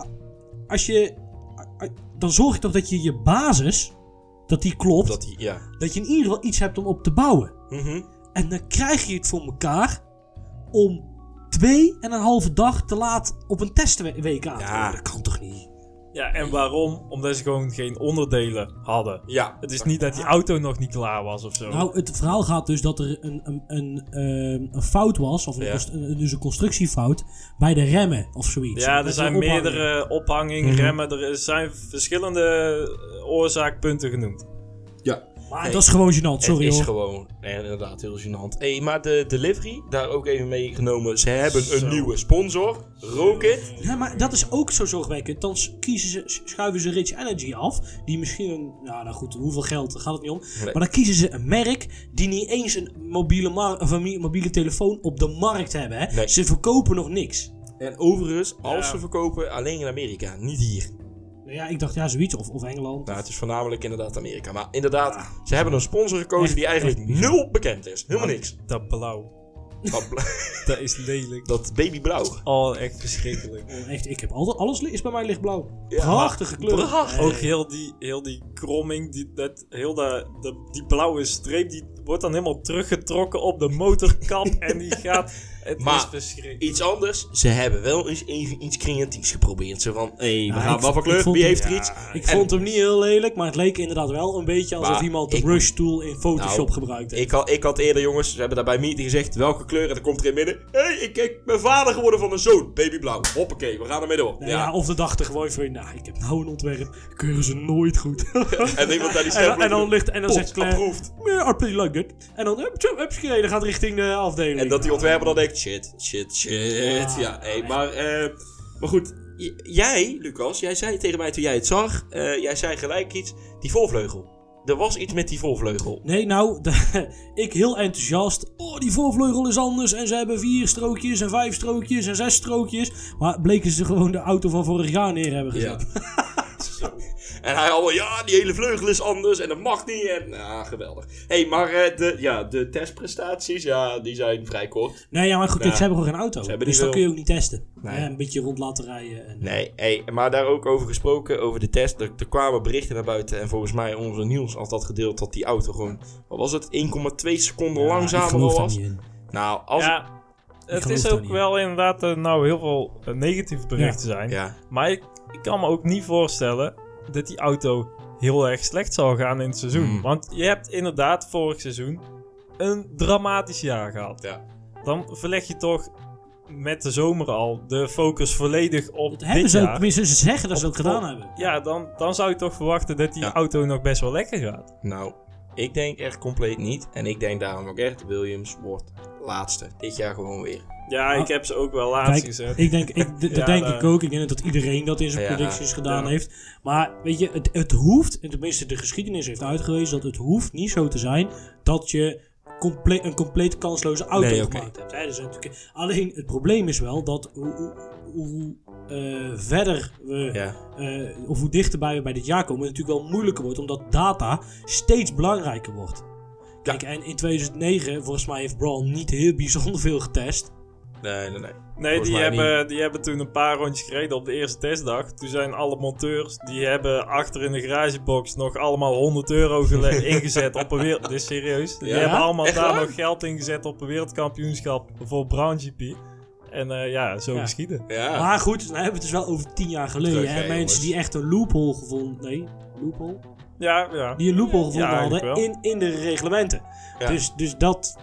Dan zorg je toch dat je basis, dat die klopt. Dat je in ieder geval iets hebt om op te bouwen. En dan krijg je het voor elkaar om 2,5 dag te laat op een testweek aan te komen. Dat kan toch niet? Ja, en waarom? Omdat ze gewoon geen onderdelen hadden. Ja. Het is niet dat die auto nog niet klaar was of zo. Nou, het verhaal gaat dus dat er een fout was, of dus een constructiefout, bij de remmen of zoiets. Ja, er zijn meerdere ophangingen, remmen. Er zijn verschillende oorzaakpunten genoemd. Ja. Maar dat is gewoon gênant, sorry hoor. Het is gewoon inderdaad heel gênant. Maar de delivery, daar ook even meegenomen. Ze hebben een nieuwe sponsor, Rocket. Ja, maar dat is ook zo zorgwekkend. Dan schuiven ze Rich Energy af. Die misschien hoeveel geld, daar gaat het niet om. Nee. Maar dan kiezen ze een merk die niet eens een mobiele telefoon op de markt hebben. Hè? Nee. Ze verkopen nog niks. En overigens, als ze verkopen, alleen in Amerika, niet hier. Ja, ik dacht zoiets. Of Engeland. Nou, het is voornamelijk inderdaad Amerika. Maar inderdaad, ze hebben een sponsor gekozen die eigenlijk nul bekend is. Helemaal niks. Dat blauw. Dat is lelijk. Dat babyblauw. Oh, echt verschrikkelijk. Echt, ik heb alles is bij mij lichtblauw. Ja, prachtige kleur. Ook heel die kromming, die blauwe streep, die wordt dan helemaal teruggetrokken op de motorkap en die gaat... Het is verschrikkelijk. Iets anders, ze hebben wel eens even iets creatiefs geprobeerd. Zo van, we gaan wat voor kleur, wie heeft er iets? Ik vond hem niet heel lelijk, maar het leek inderdaad wel een beetje alsof iemand de brush tool in Photoshop gebruikte. Ik had eerder, jongens, ze hebben daar bij meeting gezegd, welke kleur, en dan komt er in midden. Ik ben vader geworden van een zoon, babyblauw. Hoppakee, we gaan ermee door. Of de dachten gewoon van, ik heb nou een ontwerp, keuren ze nooit goed. En iemand daar die stempel en dan zegt Claire, I pretty like that. En dan, dan gaat richting de afdeling. En dat die ontwerper dan denkt, shit. Maar goed, jij, Lucas, jij zei tegen mij toen jij het zag, jij zei gelijk iets, die voorvleugel. Er was iets met die voorvleugel. Nee, ik heel enthousiast. Oh, die voorvleugel is anders. En ze hebben 4 strookjes en 5 strookjes en 6 strookjes. Maar bleken ze gewoon de auto van vorig jaar neer hebben gezet. Ja. En hij al, die hele vleugel is anders en dat mag niet. En, geweldig. Maar de testprestaties, die zijn vrij kort. Nee, maar goed, ze hebben gewoon geen auto. Dus dat kun je ook niet testen. Nee. Een beetje rond laten rijden. En... Nee, maar daar ook over gesproken, over de test. Er kwamen berichten naar buiten en volgens mij onze Niels had dat gedeeld dat die auto gewoon, wat was het, 1,2 seconden langzamer was. Nou, het is ook wel inderdaad heel veel negatieve berichten zijn. Ja. Maar ik kan me ook niet voorstellen dat die auto heel erg slecht zal gaan in het seizoen. Want je hebt inderdaad vorig seizoen een dramatisch jaar gehad. Ja. Dan verleg je toch met de zomer al de focus volledig op dit hebben ze jaar. Ook, tenminste, ze zeggen dat ze ook gedaan hebben. Ja, dan zou je toch verwachten dat die auto nog best wel lekker gaat. Nou, ik denk echt compleet niet. En ik denk daarom ook echt, Williams wordt laatste. Dit jaar gewoon weer. Ja, ik heb ze ook wel laatst gezet. Ik denk ik ook. Ik denk dat iedereen dat in zijn predictions gedaan heeft. Maar weet je, het hoeft, en tenminste de geschiedenis heeft uitgewezen, dat het hoeft niet zo te zijn dat je een compleet kansloze auto gemaakt hebt. Dus alleen het probleem is wel dat hoe verder we, of hoe dichterbij we bij dit jaar komen, het natuurlijk wel moeilijker wordt, omdat data steeds belangrijker wordt. Kijk, en in 2009, volgens mij heeft Brawl niet heel bijzonder veel getest. Nee, die hebben toen een paar rondjes gereden op de eerste testdag. Toen zijn alle monteurs, die hebben achter in de garagebox nog allemaal €100 ingezet op een wereld... Dit is serieus. Die hebben allemaal daar nog geld ingezet op een wereldkampioenschap voor Brown GP. En zo geschieden. Ja. Maar goed, dan hebben we het dus wel over 10 jaar geleden. Hè? Mensen die echt een loophole gevonden... Nee, loophole? Ja. Die een loophole gevonden hadden in de reglementen. Ja. Dus dat...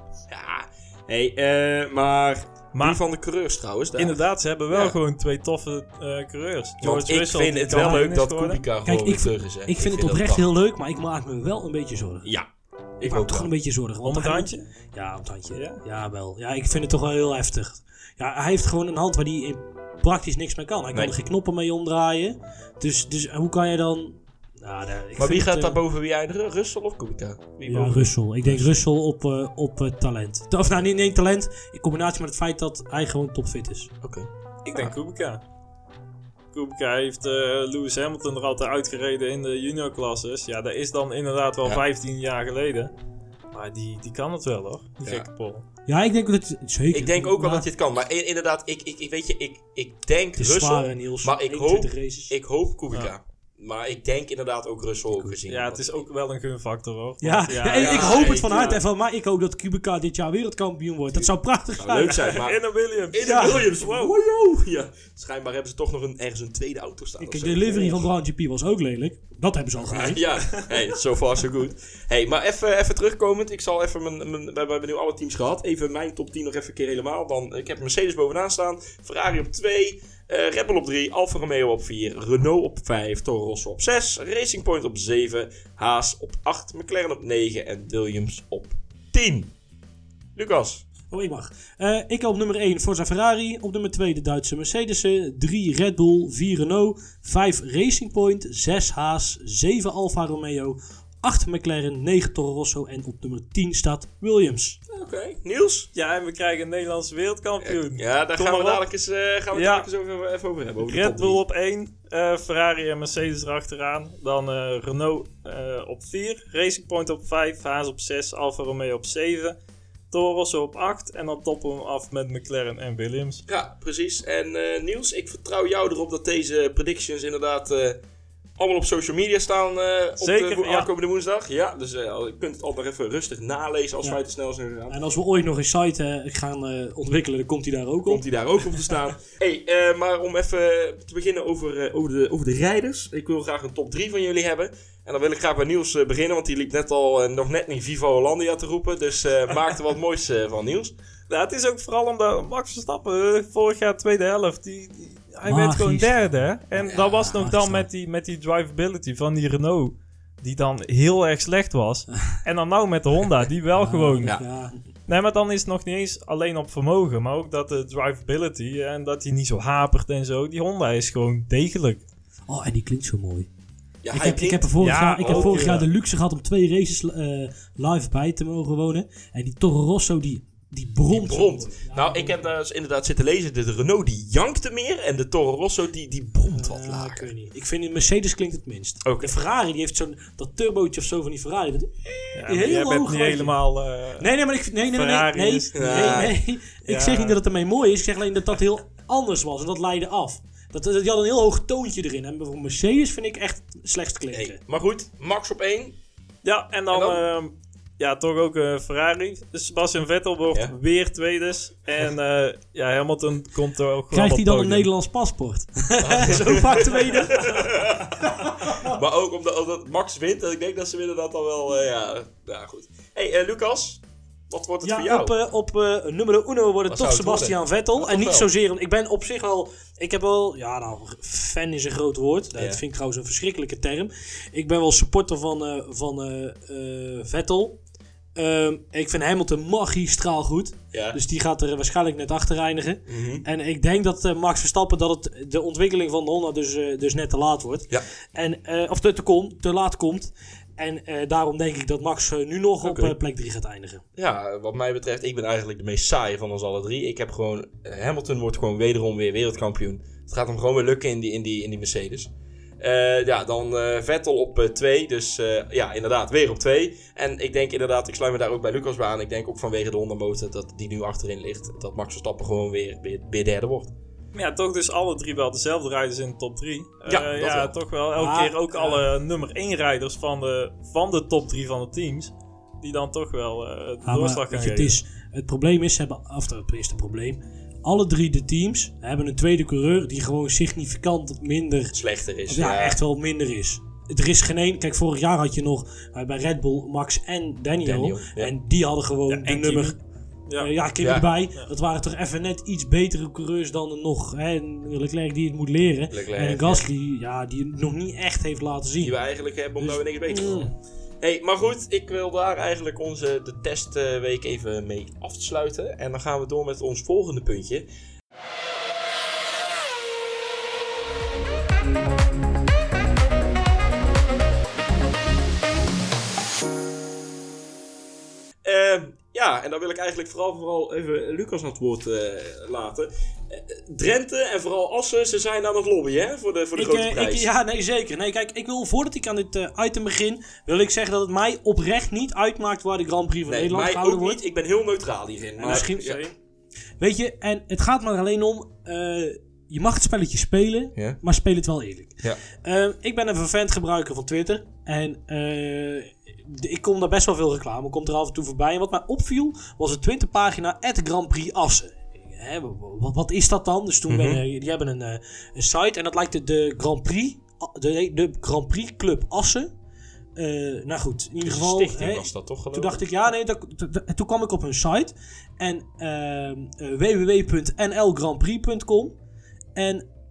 Ja, maar die van de coureurs trouwens. Daar. Inderdaad, ze hebben wel gewoon 2 toffe coureurs. George Russell, ik vind het wel leuk dat Kubica gewoon weer terug is. Hè. Ik vind het oprecht heel leuk, maar ik maak me wel een beetje zorgen. Ja. Ik maak me toch een beetje zorgen. Om het handje? Ja, om het handje. Ja, wel. Ja, ik vind het toch wel heel heftig. Ja, hij heeft gewoon een hand waar hij praktisch niks mee kan. Hij kan er geen knoppen mee omdraaien. Dus hoe kan je dan... Nou, maar wie gaat daar boven wie eindigen? Russell of Kubica? Russell. Ik denk Russell op talent. Of niet talent, in combinatie met het feit dat hij gewoon topfit is. Oké. Ik denk Kubica. Kubica heeft Lewis Hamilton er altijd uitgereden in de juniorklasses. Ja, dat is dan inderdaad wel 15 jaar geleden. Maar die kan het wel, hoor. Die gekke Pol. Ja, ik denk dat het zeker. Ik denk ook wel dat je het kan. Maar inderdaad, ik denk Russell. Niels, maar ik hoop Kubica. Ja. Maar ik denk inderdaad ook Russell ook gezien. Ja, het is ook wel een gunfactor, hoor. Ik hoop het van harte ervan. Maar ik hoop dat Kubica dit jaar wereldkampioen wordt. Dat zou prachtig zijn. Leuk zijn, maar... In een Williams. Wow. Ja. Schijnbaar hebben ze toch nog ergens een tweede auto staan. De delivery van Brown GP was ook lelijk. Dat hebben ze al gedaan. Ja, so far so good. Maar even terugkomend. Ik zal even we hebben nu alle teams gehad. Even mijn top 10 nog even een keer helemaal. Ik heb Mercedes bovenaan staan. Ferrari op 2. Red Bull op 3, Alfa Romeo op 4, Renault op 5, Toro Rosso op 6, Racing Point op 7, Haas op 8, McLaren op 9 en Williams op 10. Lucas. Oh, ik mag. Ik heb op nummer 1 Forza Ferrari, op nummer 2 de Duitse Mercedes, 3 Red Bull, 4 Renault, 5 Racing Point, 6 Haas, 7 Alfa Romeo, 8 McLaren, 9 Toro Rosso en op nummer 10 staat Williams. Oké, Niels? Ja, en we krijgen een Nederlandse wereldkampioen. Ja, daar gaan we dadelijk eens, even over hebben. Over Red Bull op 1, Ferrari en Mercedes erachteraan. Dan Renault op 4, Racing Point op 5, Haas op 6, Alfa Romeo op 7, Toro Rosso op 8 en dan toppen we hem af met McLaren en Williams. Ja, precies. En Niels, ik vertrouw jou erop dat deze predictions inderdaad allemaal op social media staan Zeker, op de aankomende woensdag. Ja, dus je kunt het altijd nog even rustig nalezen als wij te snel zijn gegaan. En als we ooit nog een site gaan ontwikkelen, dan komt hij daar ook op. Komt hij daar ook op te staan. Maar om even te beginnen over de rijders. Ik wil graag een top 3 van jullie hebben. En dan wil ik graag bij Niels beginnen, want die liep net al nog net niet Viva Hollandia te roepen. Dus maak er wat moois van, Niels. Nou, het is ook vooral omdat Max Verstappen vorig jaar tweede helft, hij werd gewoon derde. Hè? En dat was nog dan met die drivability van die Renault, die dan heel erg slecht was. En dan nou met de Honda, die wel gewoon... Ja. Nee, maar dan is het nog niet eens alleen op vermogen, maar ook dat de drivability en dat hij niet zo hapert en zo. Die Honda is gewoon degelijk. Oh, en die klinkt zo mooi. Ja, ik heb vorig jaar de luxe gehad om 2 races live bij te mogen wonen. En die Toro Rosso, die bromt. Nou, ik heb daar dus inderdaad zitten lezen. De Renault die jankte meer en de Toro Rosso die bromt wat lager. Ik weet niet. Ik vind de Mercedes klinkt het minst. Okay. De Ferrari die heeft dat turbootje of zo van die Ferrari. Dat jij bent niet helemaal Nee. Ik zeg niet dat het ermee mooi is. Ik zeg alleen dat heel anders was en dat leidde af. Die had een heel hoog toontje erin. En bijvoorbeeld Mercedes vind ik echt slecht klinken. Nee, maar goed, Max op 1. Ja, en dan toch ook Ferrari. Dus Sebastian Vettel wordt weer tweede. En Hamilton komt er ook. Krijgt hij dan een Nederlands paspoort? Zo vaak tweede. Maar ook omdat Max wint. En ik denk dat ze winnen dat dan wel. Goed. Hey, Lucas. Wat wordt het voor jou? Op nummer 1 wordt het toch Sebastian Vettel. En niet zozeer... Ik ben op zich wel... fan is een groot woord. Dat vind ik trouwens een verschrikkelijke term. Ik ben wel supporter van Vettel. Ik vind Hamilton magistraal goed. Ja. Dus die gaat er waarschijnlijk net achter eindigen. Mm-hmm. En ik denk dat Max Verstappen... dat het de ontwikkeling van de Honda dus net te laat wordt. Ja. Of te laat komt. En daarom denk ik dat Max nu nog op plek 3 gaat eindigen. Ja, wat mij betreft, ik ben eigenlijk de meest saaie van ons alle drie. Ik heb gewoon... Hamilton wordt gewoon wederom weer wereldkampioen. Het gaat hem gewoon weer lukken in die Mercedes. Dan Vettel op 2. Dus inderdaad, weer op 2. En ik denk inderdaad, ik sluit me daar ook bij Lucas bij aan. Ik denk ook vanwege de Honda motor dat die nu achterin ligt. Dat Max Verstappen gewoon weer derde wordt. Ja, toch dus alle drie wel dezelfde rijders in de top 3. Wel. Toch wel. Elke keer ook alle nummer 1 rijders van de top 3 van de teams. Die dan toch wel de doorslag gaan geven. Het probleem is, alle 3 de teams hebben een tweede coureur die gewoon significant minder... slechter is. Echt wel minder is. Er is geen één... Kijk, vorig jaar had je nog bij Red Bull Max en Daniel. En die hadden gewoon de nummer... Kimi erbij. Ja. Dat waren toch even net iets betere coureurs dan nog Leclerc die het moet leren. En Gasly, die het nog niet echt heeft laten zien. Die we eigenlijk hebben omdat we niks beter van. Hey, maar goed, ik wil daar eigenlijk de testweek even mee afsluiten. En dan gaan we door met ons volgende puntje. En dan wil ik eigenlijk vooral even Lucas aan het woord laten. Drenthe en vooral Assen, ze zijn aan het lobbyen voor de grote prijs. Zeker. Nee, kijk, ik wil voordat ik aan dit item begin, wil ik zeggen dat het mij oprecht niet uitmaakt waar de Grand Prix van Nederland gehouden wordt. Niet. Ik ben heel neutraal hierin. Maar misschien, weet je, en het gaat me er alleen om, je mag het spelletje spelen, maar speel het wel eerlijk. Ja. Ik ben een vervent gebruiker van Twitter en ik kom daar best wel veel reclame, komt er af en toe voorbij. En wat mij opviel was een Twitterpagina @Grand Prix Assen. Wat is dat dan? Dus toen die hebben een site en dat lijkt de Grand Prix, de Grand Prix Club Assen. Nou goed, in ieder geval. Stichting was dat toch geloof ik? Toen dacht ik, toen kwam ik op hun site en www.nlgrandprix.com en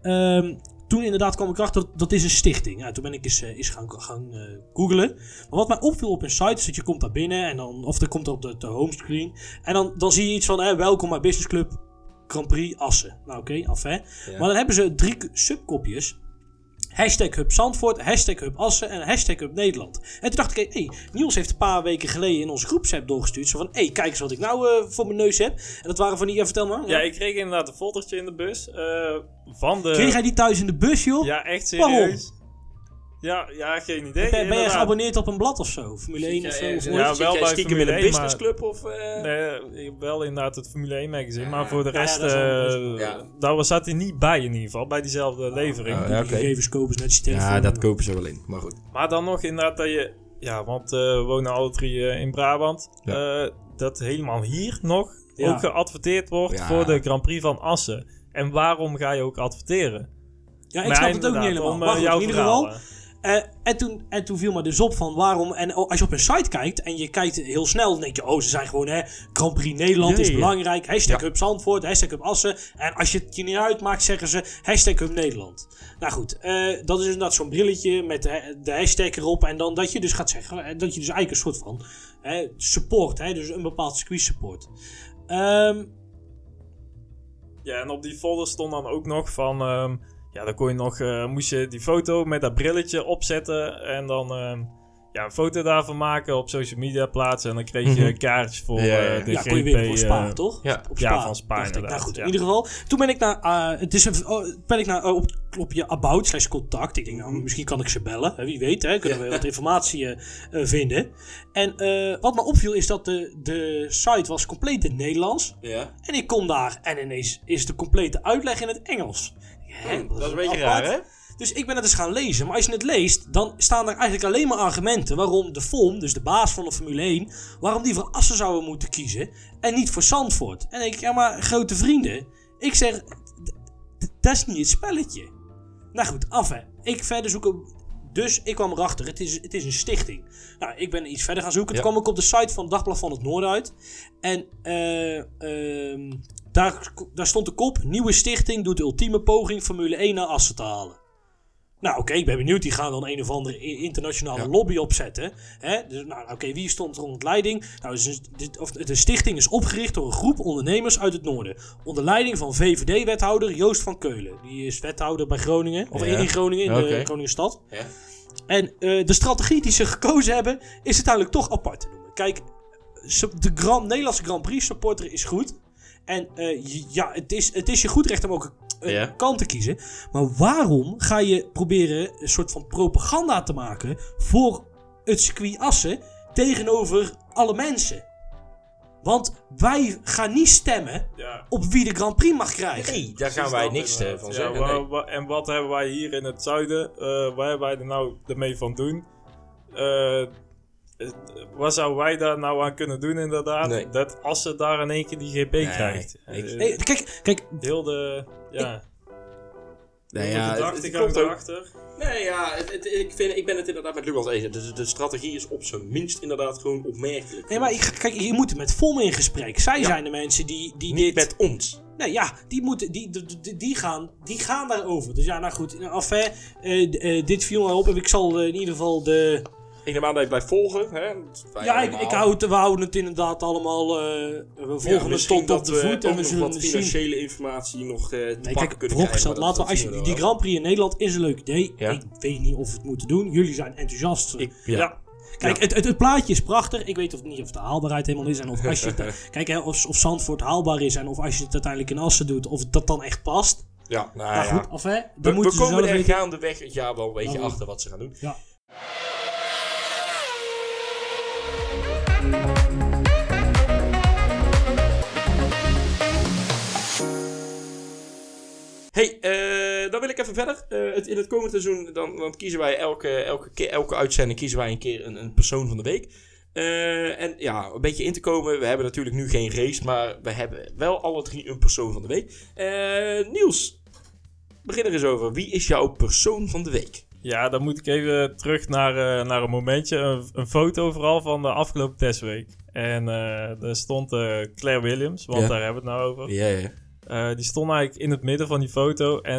Toen inderdaad kwam ik erachter dat is een stichting. Ja, toen ben ik eens gaan googlen. Maar wat mij opviel op hun site is dat je komt daar binnen. En dan, of er komt er op de homescreen. En dan zie je iets van welkom bij Business Club Grand Prix Assen. Nou oké, af hè. Ja. Maar dan hebben ze 3 subkopjes. #Hub Zandvoort, #Hub Assen en #Hub Nederland. En toen dacht ik, Niels heeft een paar weken geleden in onze groepsapp doorgestuurd. Zo van, kijk eens wat ik nou voor mijn neus heb. En dat waren van die, vertel maar. Ja, ik kreeg inderdaad een foldertje in de bus. Kreeg jij die thuis in de bus, joh? Ja, echt serieus. Waarom? Ja, geen idee. Ben je geabonneerd op een blad of zo? Formule 1 of zo? Ja, wel bij stiekem Formule in een 1, businessclub of... Nee, wel inderdaad het Formule 1 magazine. Maar voor de rest, daar zat hij niet bij in ieder geval. Bij diezelfde levering. Die gegevens kopen ze net je telefoon. Ja, dat kopen ze wel in. Maar goed. Maar dan nog inderdaad dat je... Ja, want we wonen alle 3 in Brabant. Ja. Dat helemaal hier nog ook geadverteerd wordt voor de Grand Prix van Assen. En waarom ga je ook adverteren? Ja, ik snap het ook niet helemaal. Maar goed, in ieder geval... En toen viel me dus op van waarom... En als je op een site kijkt en je kijkt heel snel... dan denk je, ze zijn gewoon... Grand Prix Nederland is belangrijk. #Hub Zandvoort, #Hub Assen. En als je het je niet uitmaakt, zeggen ze... #Hub Nederland. Nou goed, dat is inderdaad zo'n brilletje met de hashtag erop. En dan dat je dus gaat zeggen... dat je dus eigenlijk een soort van... support, dus een bepaald circuit support. Ja, en op die folder stond dan ook nog van... dan kon je nog, moest je die foto met dat brilletje opzetten en dan een foto daarvan maken, op social media plaatsen en dan kreeg je kaartjes voor de GP. Kon je weer voor Spa, toch? Ja, op Spa, van Spa inderdaad. Nou goed, in ieder geval. Toen ben ik op je about/contact. Ik denk, misschien kan ik ze bellen. Wie weet, kunnen we wat informatie vinden. En wat me opviel is dat de site was compleet in het Nederlands. Ja. En ik kom daar en ineens is de complete uitleg in het Engels. Dat is een beetje raar, hè? Dus ik ben het eens gaan lezen. Maar als je het leest, dan staan er eigenlijk alleen maar argumenten waarom de FOM, dus de baas van de Formule 1, waarom die voor Assen zouden moeten kiezen en niet voor Zandvoort. En dan denk ik, maar grote vrienden, ik zeg, dat is niet het spelletje. Nou goed, af hè. Ik verder zoeken. Dus ik kwam erachter, het is een stichting. Nou, ik ben iets verder gaan zoeken. Toen kwam ik op de site van Dagblad van het Noorden uit. En daar stond de kop, nieuwe stichting doet de ultieme poging Formule 1 naar Assen te halen. Nou oké, ik ben benieuwd. Die gaan dan een of andere internationale lobby opzetten. Dus, wie stond er onder leiding? Nou, de stichting is opgericht door een groep ondernemers uit het noorden. Onder leiding van VVD-wethouder Joost van Keulen. Die is wethouder bij Groningen. Of in Groningen, in de Groningen stad. Ja. En de strategie die ze gekozen hebben, is uiteindelijk toch apart te noemen. Kijk, de Nederlandse Grand Prix supporter is goed. En het is je goed recht om ook een kant te kiezen. Maar waarom ga je proberen een soort van propaganda te maken voor het circuit Assen tegenover alle mensen? Want wij gaan niet stemmen op wie de Grand Prix mag krijgen. Nee, daar gaan wij niks van zeggen. En wat hebben wij hier in het zuiden? Waar hebben wij er nou ermee van doen? Wat zouden wij daar nou aan kunnen doen inderdaad? Nee. Dat Assen daar in één keer die GP krijgt. Kijk. Heel de... gedachtegang erachter. Nee, ik ben het inderdaad met Lucas eens. De strategie is op zijn minst inderdaad gewoon opmerkelijk. Nee, maar kijk, je moet met FOM in gesprek. Zij zijn de mensen die niet dit... met ons. Nee, die gaan daarover. Dus nou goed. Dit viel mij op. En ik zal in ieder geval de... Ik neem aan dat je blijft volgen. Hè? We houden het inderdaad allemaal... we volgen het tot op de voet. En we zullen wat financiële informatie nog te pakken kunnen krijgen. Laten we die Grand Prix in Nederland is een leuk idee. Ja. Ik weet niet of we het moeten doen. Jullie zijn enthousiast. Kijk, het plaatje is prachtig. Ik weet niet of de haalbaarheid helemaal is. En of als je het, kijk, of Zandvoort haalbaar is. En of als je het uiteindelijk in Assen doet. Of dat dan echt past. Ja, goed. Of, we komen er gaandeweg het jaar wel een beetje achter wat ze gaan doen. Ja. Dan wil ik even verder. In het komende seizoen dan kiezen wij elke uitzending kiezen wij een keer een persoon van de week. En een beetje in te komen. We hebben natuurlijk nu geen race, maar we hebben wel alle 3 een persoon van de week. Niels, begin er eens over. Wie is jouw persoon van de week? Ja, dan moet ik even terug naar een momentje. Een foto vooral van de afgelopen testweek. En daar stond Claire Williams, want daar hebben we het nou over. Ja. Die stond eigenlijk in het midden van die foto. En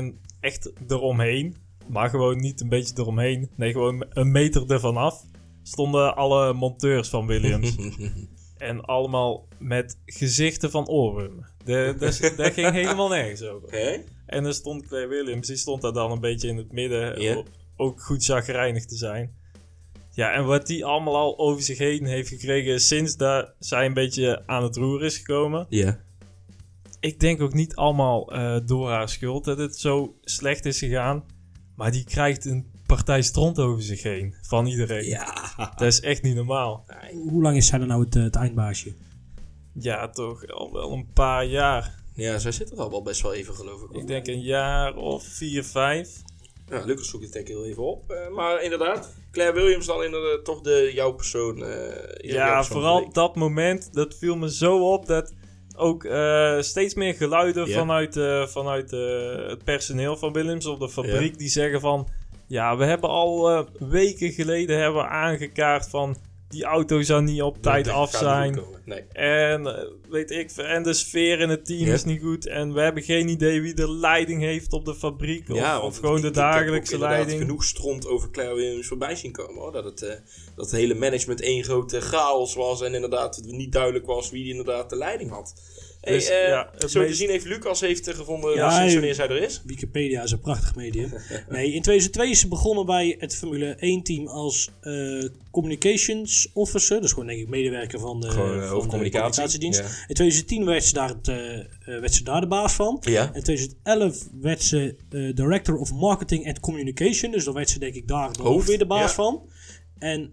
echt eromheen. Maar gewoon niet een beetje eromheen. Nee, gewoon een meter ervan af. Stonden alle monteurs van Williams. En allemaal met gezichten van oorwormen. Dat ging helemaal nergens over. Okay. En er stond Claire Williams. Die stond daar dan een beetje in het midden. Yeah. Ook goed chagrijnig te zijn. Ja, en wat die allemaal al over zich heen heeft gekregen sinds dat zij een beetje aan het roer is gekomen. Ja. Yeah. Ik denk ook niet allemaal door haar schuld dat het zo slecht is gegaan. Maar die krijgt een partij stront over zich heen. Van iedereen. Ja. Dat is echt niet normaal. Hoe lang is zij dan nou het eindbaasje? Ja, toch al wel een paar jaar. Ja, zij zit er al wel best wel even, geloof ik. Ik denk een jaar of 4, 5. Ja, Lucas zoekt het denk ik heel even op. Maar inderdaad, Claire Williams dan inderdaad toch jouw persoon. Ja, vooral dat moment, dat viel me zo op dat ook steeds meer geluiden vanuit het personeel van Williams op de fabriek die zeggen van... Ja, we hebben al weken geleden aangekaart van... Die auto zou niet op tijd af zijn. Nee. En weet ik, en de sfeer in het team is niet goed. En we hebben geen idee wie de leiding heeft op de fabriek. Of gewoon de dagelijkse leiding. Ik heb genoeg stront over Claire Williams voorbij zien komen. Hoor. Dat het hele management één grote chaos was. En inderdaad het niet duidelijk was wie inderdaad de leiding had. Dus, zo te zien heeft Lucas gevonden sinds wanneer zij er is. Wikipedia is een prachtig medium. Nee, in 2002 is ze begonnen bij het Formule 1 team als communications officer. Dus gewoon denk ik medewerker van de communicatiedienst. Ja. In 2010 werd ze daar de baas van. Ja. In 2011 werd ze director of marketing and communication. Dus dan werd ze denk ik daar ook weer de baas van. En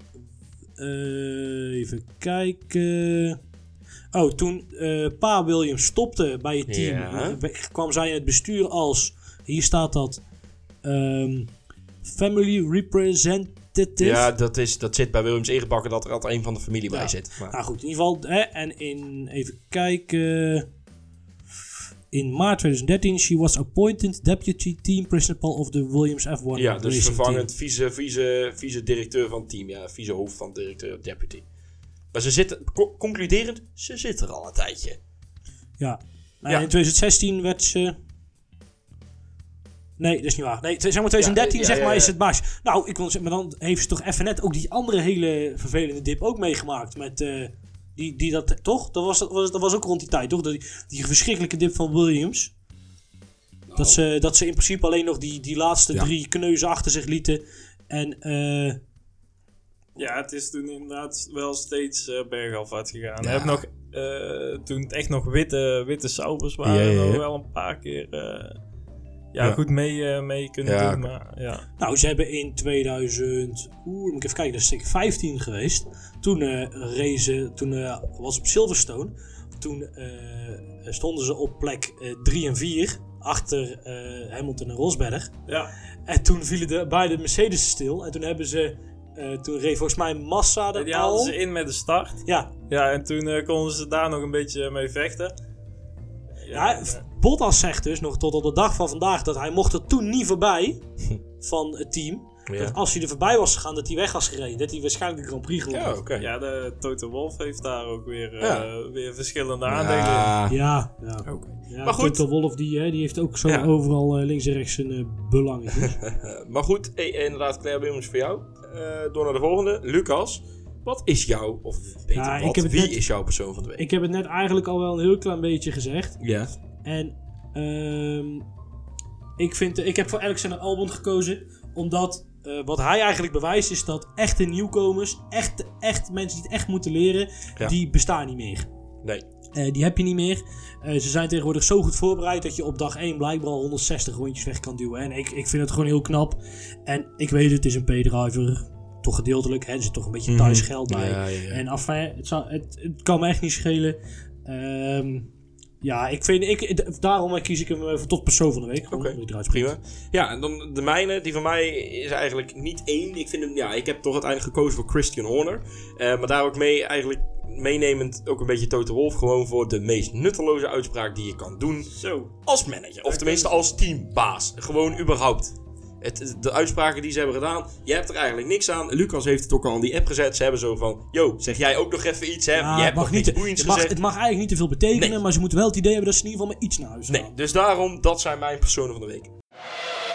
even kijken... Oh, toen Pa Williams stopte bij het team, kwam zij in het bestuur als, hier staat dat, family representative. Ja, dat zit bij Williams ingebakken dat er altijd een van de familie bij zit. Maar. Nou goed, in ieder geval, en even kijken, in maart 2013, she was appointed deputy team principal of the Williams F1 Ja, dus vervangend vice directeur van het team, vice hoofd van directeur, deputy. Maar concluderend, ze zit er al een tijdje. Ja. In 2016 werd ze... Nee, dat is niet waar. Nee, zeg maar 2013 is het baasje. Nou, ik wil zeggen, maar dan heeft ze toch even net ook die andere hele vervelende dip ook meegemaakt. Met die dat, toch? Dat was ook rond die tijd, toch? Die verschrikkelijke dip van Williams. Nou. Dat ze in principe alleen nog die laatste 3 kneuzen achter zich lieten. En... Ja, het is toen inderdaad wel steeds bergafwaarts gegaan. Ja. Heb nog, toen het echt nog witte Saubers waren, nog wel een paar keer goed mee kunnen doen. Maar, Nou, ze hebben in 2000... moet ik even kijken, dat is zeker 15 geweest. Toen was op Silverstone. Toen stonden ze op plek 3 en 4 achter Hamilton en Rosberg. Ja. En toen vielen beide Mercedes stil. En toen hebben ze... toen reed volgens mij Massa die haalden ze in met de start. Ja. Ja, en toen konden ze daar nog een beetje mee vechten. Bottas zegt dus nog tot op de dag van vandaag dat hij mocht er toen niet voorbij van het team. Ja. Dat als hij er voorbij was gegaan, dat hij weg was gereden. Dat hij waarschijnlijk de Grand Prix gewonnen had. Okay. Ja, de Toto Wolff heeft daar ook weer verschillende aandelen. Ja. Okay. Ja, maar goed. Toto Wolff die heeft ook zo overal links en rechts een belang. Maar goed, inderdaad, Claire Williams voor jou. Door naar de volgende. Lucas, wat is jouw, of beter wie is jouw persoon van de week? Ik heb het net eigenlijk al wel een heel klein beetje gezegd. Ja. En ik heb voor Alexander Albon gekozen, omdat wat hij eigenlijk bewijst is dat echte nieuwkomers, echt mensen die het echt moeten leren, die bestaan niet meer. Nee. Die heb je niet meer. Ze zijn tegenwoordig zo goed voorbereid dat je op dag 1 blijkbaar al 160 rondjes weg kan duwen. En ik vind het gewoon heel knap. En ik weet het is een P-driver. Toch gedeeltelijk. Er zit toch een beetje thuis geld bij. Ja. En het kan me echt niet schelen. Daarom kies ik hem tot persoon van de week. Oké, prima. Ja, en dan de mijne, die van mij is eigenlijk niet één. Ik vind hem, ik heb toch uiteindelijk gekozen voor Christian Horner. Maar daar ook meenemend ook een beetje Toto Wolff. Gewoon voor de meest nutteloze uitspraak die je kan doen. Zo. Als manager. Of tenminste als teambaas. Gewoon überhaupt. De uitspraken die ze hebben gedaan, je hebt er eigenlijk niks aan. Lucas heeft het ook al in die app gezet. Ze hebben zo van, zeg jij ook nog even iets, hè? Ja, je hebt nog niets boeiends gezegd. Het mag eigenlijk niet te veel betekenen, maar ze moeten wel het idee hebben dat ze in ieder geval met iets naar huis gaan. Nee, dus daarom, dat zijn mijn personen van de week.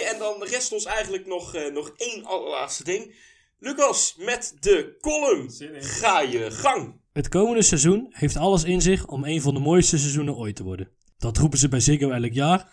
en dan rest ons eigenlijk nog één allerlaatste ding. Lucas, met de column. Ga je gang. Het komende seizoen heeft alles in zich om een van de mooiste seizoenen ooit te worden. Dat roepen ze bij Ziggo elk jaar.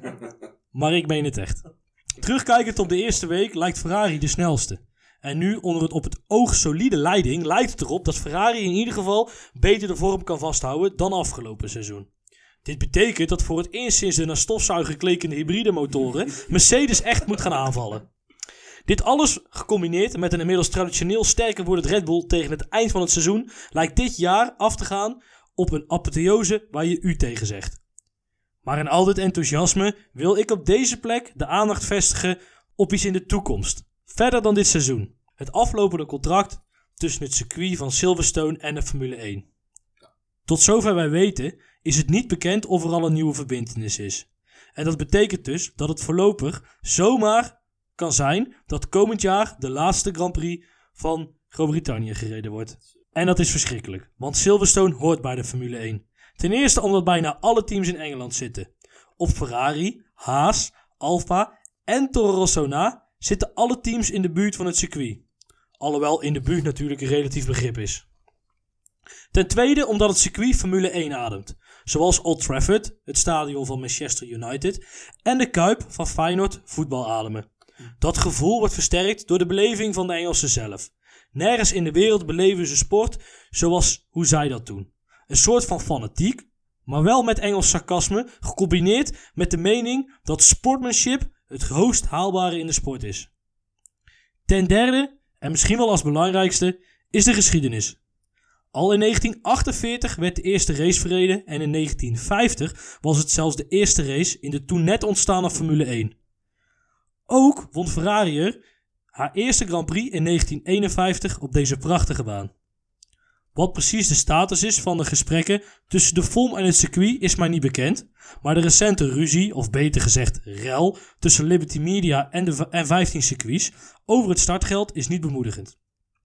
Maar ik meen het echt. Terugkijkend op de eerste week lijkt Ferrari de snelste. En nu onder het op het oog solide leiding lijkt het erop dat Ferrari in ieder geval beter de vorm kan vasthouden dan afgelopen seizoen. Dit betekent dat voor het eerst sinds de naar stofzuiger klekende hybride motoren Mercedes echt moet gaan aanvallen. Dit alles gecombineerd met een inmiddels traditioneel sterker wordend Red Bull tegen het eind van het seizoen lijkt dit jaar af te gaan op een apotheose waar je u tegen zegt. Maar in al dit enthousiasme wil ik op deze plek de aandacht vestigen op iets in de toekomst. Verder dan dit seizoen. Het aflopende contract tussen het circuit van Silverstone en de Formule 1. Tot zover wij weten is het niet bekend of er al een nieuwe verbintenis is. En dat betekent dus dat het voorlopig zomaar kan zijn dat komend jaar de laatste Grand Prix van Groot-Brittannië gereden wordt. En dat is verschrikkelijk, want Silverstone hoort bij de Formule 1. Ten eerste omdat bijna alle teams in Engeland zitten. Op Ferrari, Haas, Alfa en Toro Rosso na zitten alle teams in de buurt van het circuit. Alhoewel in de buurt natuurlijk een relatief begrip is. Ten tweede omdat het circuit Formule 1 ademt. Zoals Old Trafford, het stadion van Manchester United, en de Kuip van Feyenoord voetbal ademen. Dat gevoel wordt versterkt door de beleving van de Engelsen zelf. Nergens in de wereld beleven ze sport zoals hoe zij dat doen. Een soort van fanatiek, maar wel met Engels sarcasme, gecombineerd met de mening dat sportsmanship het hoogst haalbare in de sport is. Ten derde, en misschien wel als belangrijkste, is de geschiedenis. Al in 1948 werd de eerste race verreden en in 1950 was het zelfs de eerste race in de toen net ontstane Formule 1. Ook won Ferrari er haar eerste Grand Prix in 1951 op deze prachtige baan. Wat precies de status is van de gesprekken tussen de FOM en het circuit is mij niet bekend, maar de recente ruzie, of beter gezegd rel, tussen Liberty Media en de 15 circuits over het startgeld is niet bemoedigend.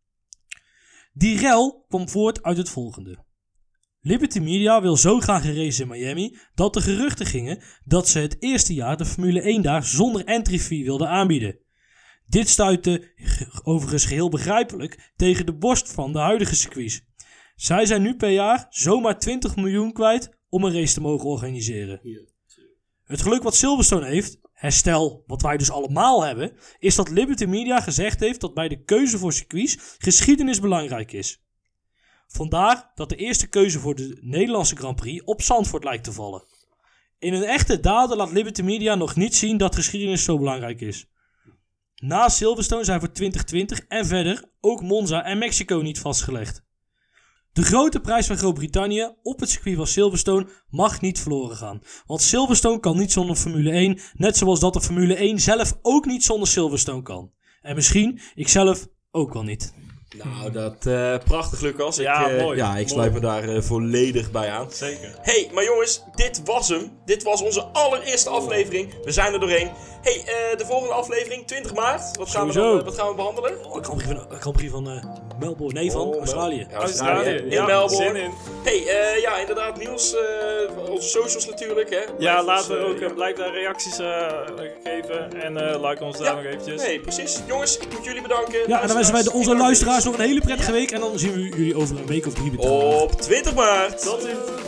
Die rel kwam voort uit het volgende. Liberty Media wil zo graag een race in Miami dat de geruchten gingen dat ze het eerste jaar de Formule 1 daar zonder entry fee wilden aanbieden. Dit stuitte overigens geheel begrijpelijk tegen de borst van de huidige circuits. Zij zijn nu per jaar zomaar 20 miljoen kwijt om een race te mogen organiseren. Het geluk wat Silverstone heeft, herstel wat wij dus allemaal hebben, is dat Liberty Media gezegd heeft dat bij de keuze voor circuits geschiedenis belangrijk is. Vandaar dat de eerste keuze voor de Nederlandse Grand Prix op Zandvoort lijkt te vallen. In hun echte daden laat Liberty Media nog niet zien dat geschiedenis zo belangrijk is. Na Silverstone zijn voor 2020 en verder ook Monza en Mexico niet vastgelegd. De grote prijs van Groot-Brittannië op het circuit van Silverstone mag niet verloren gaan. Want Silverstone kan niet zonder Formule 1, net zoals dat de Formule 1 zelf ook niet zonder Silverstone kan. En misschien ikzelf ook wel niet. Nou, dat prachtig, Lucas. Mooi. Ja, ik sluit me daar volledig bij aan. Zeker. Hey, maar jongens, dit was hem. Dit was onze allereerste aflevering. We zijn er doorheen. Hey, de volgende aflevering, 20 maart. Wat gaan we behandelen? Een Grand Prix van Melbourne. Nee, van Australië. Ja, Australië. In Melbourne. Zin in. Hey, ja, inderdaad, Niels. Onze socials natuurlijk, hè. Ja, laten we ook blijf daar reacties geven. En like ons daar nog eventjes. Nee, precies. Jongens, ik moet jullie bedanken. Ja, en dan wensen wij onze luisteraars nog een hele prettige week. En dan zien we jullie over een week of 3 weer terug. Op 20 maart. Tot ziens.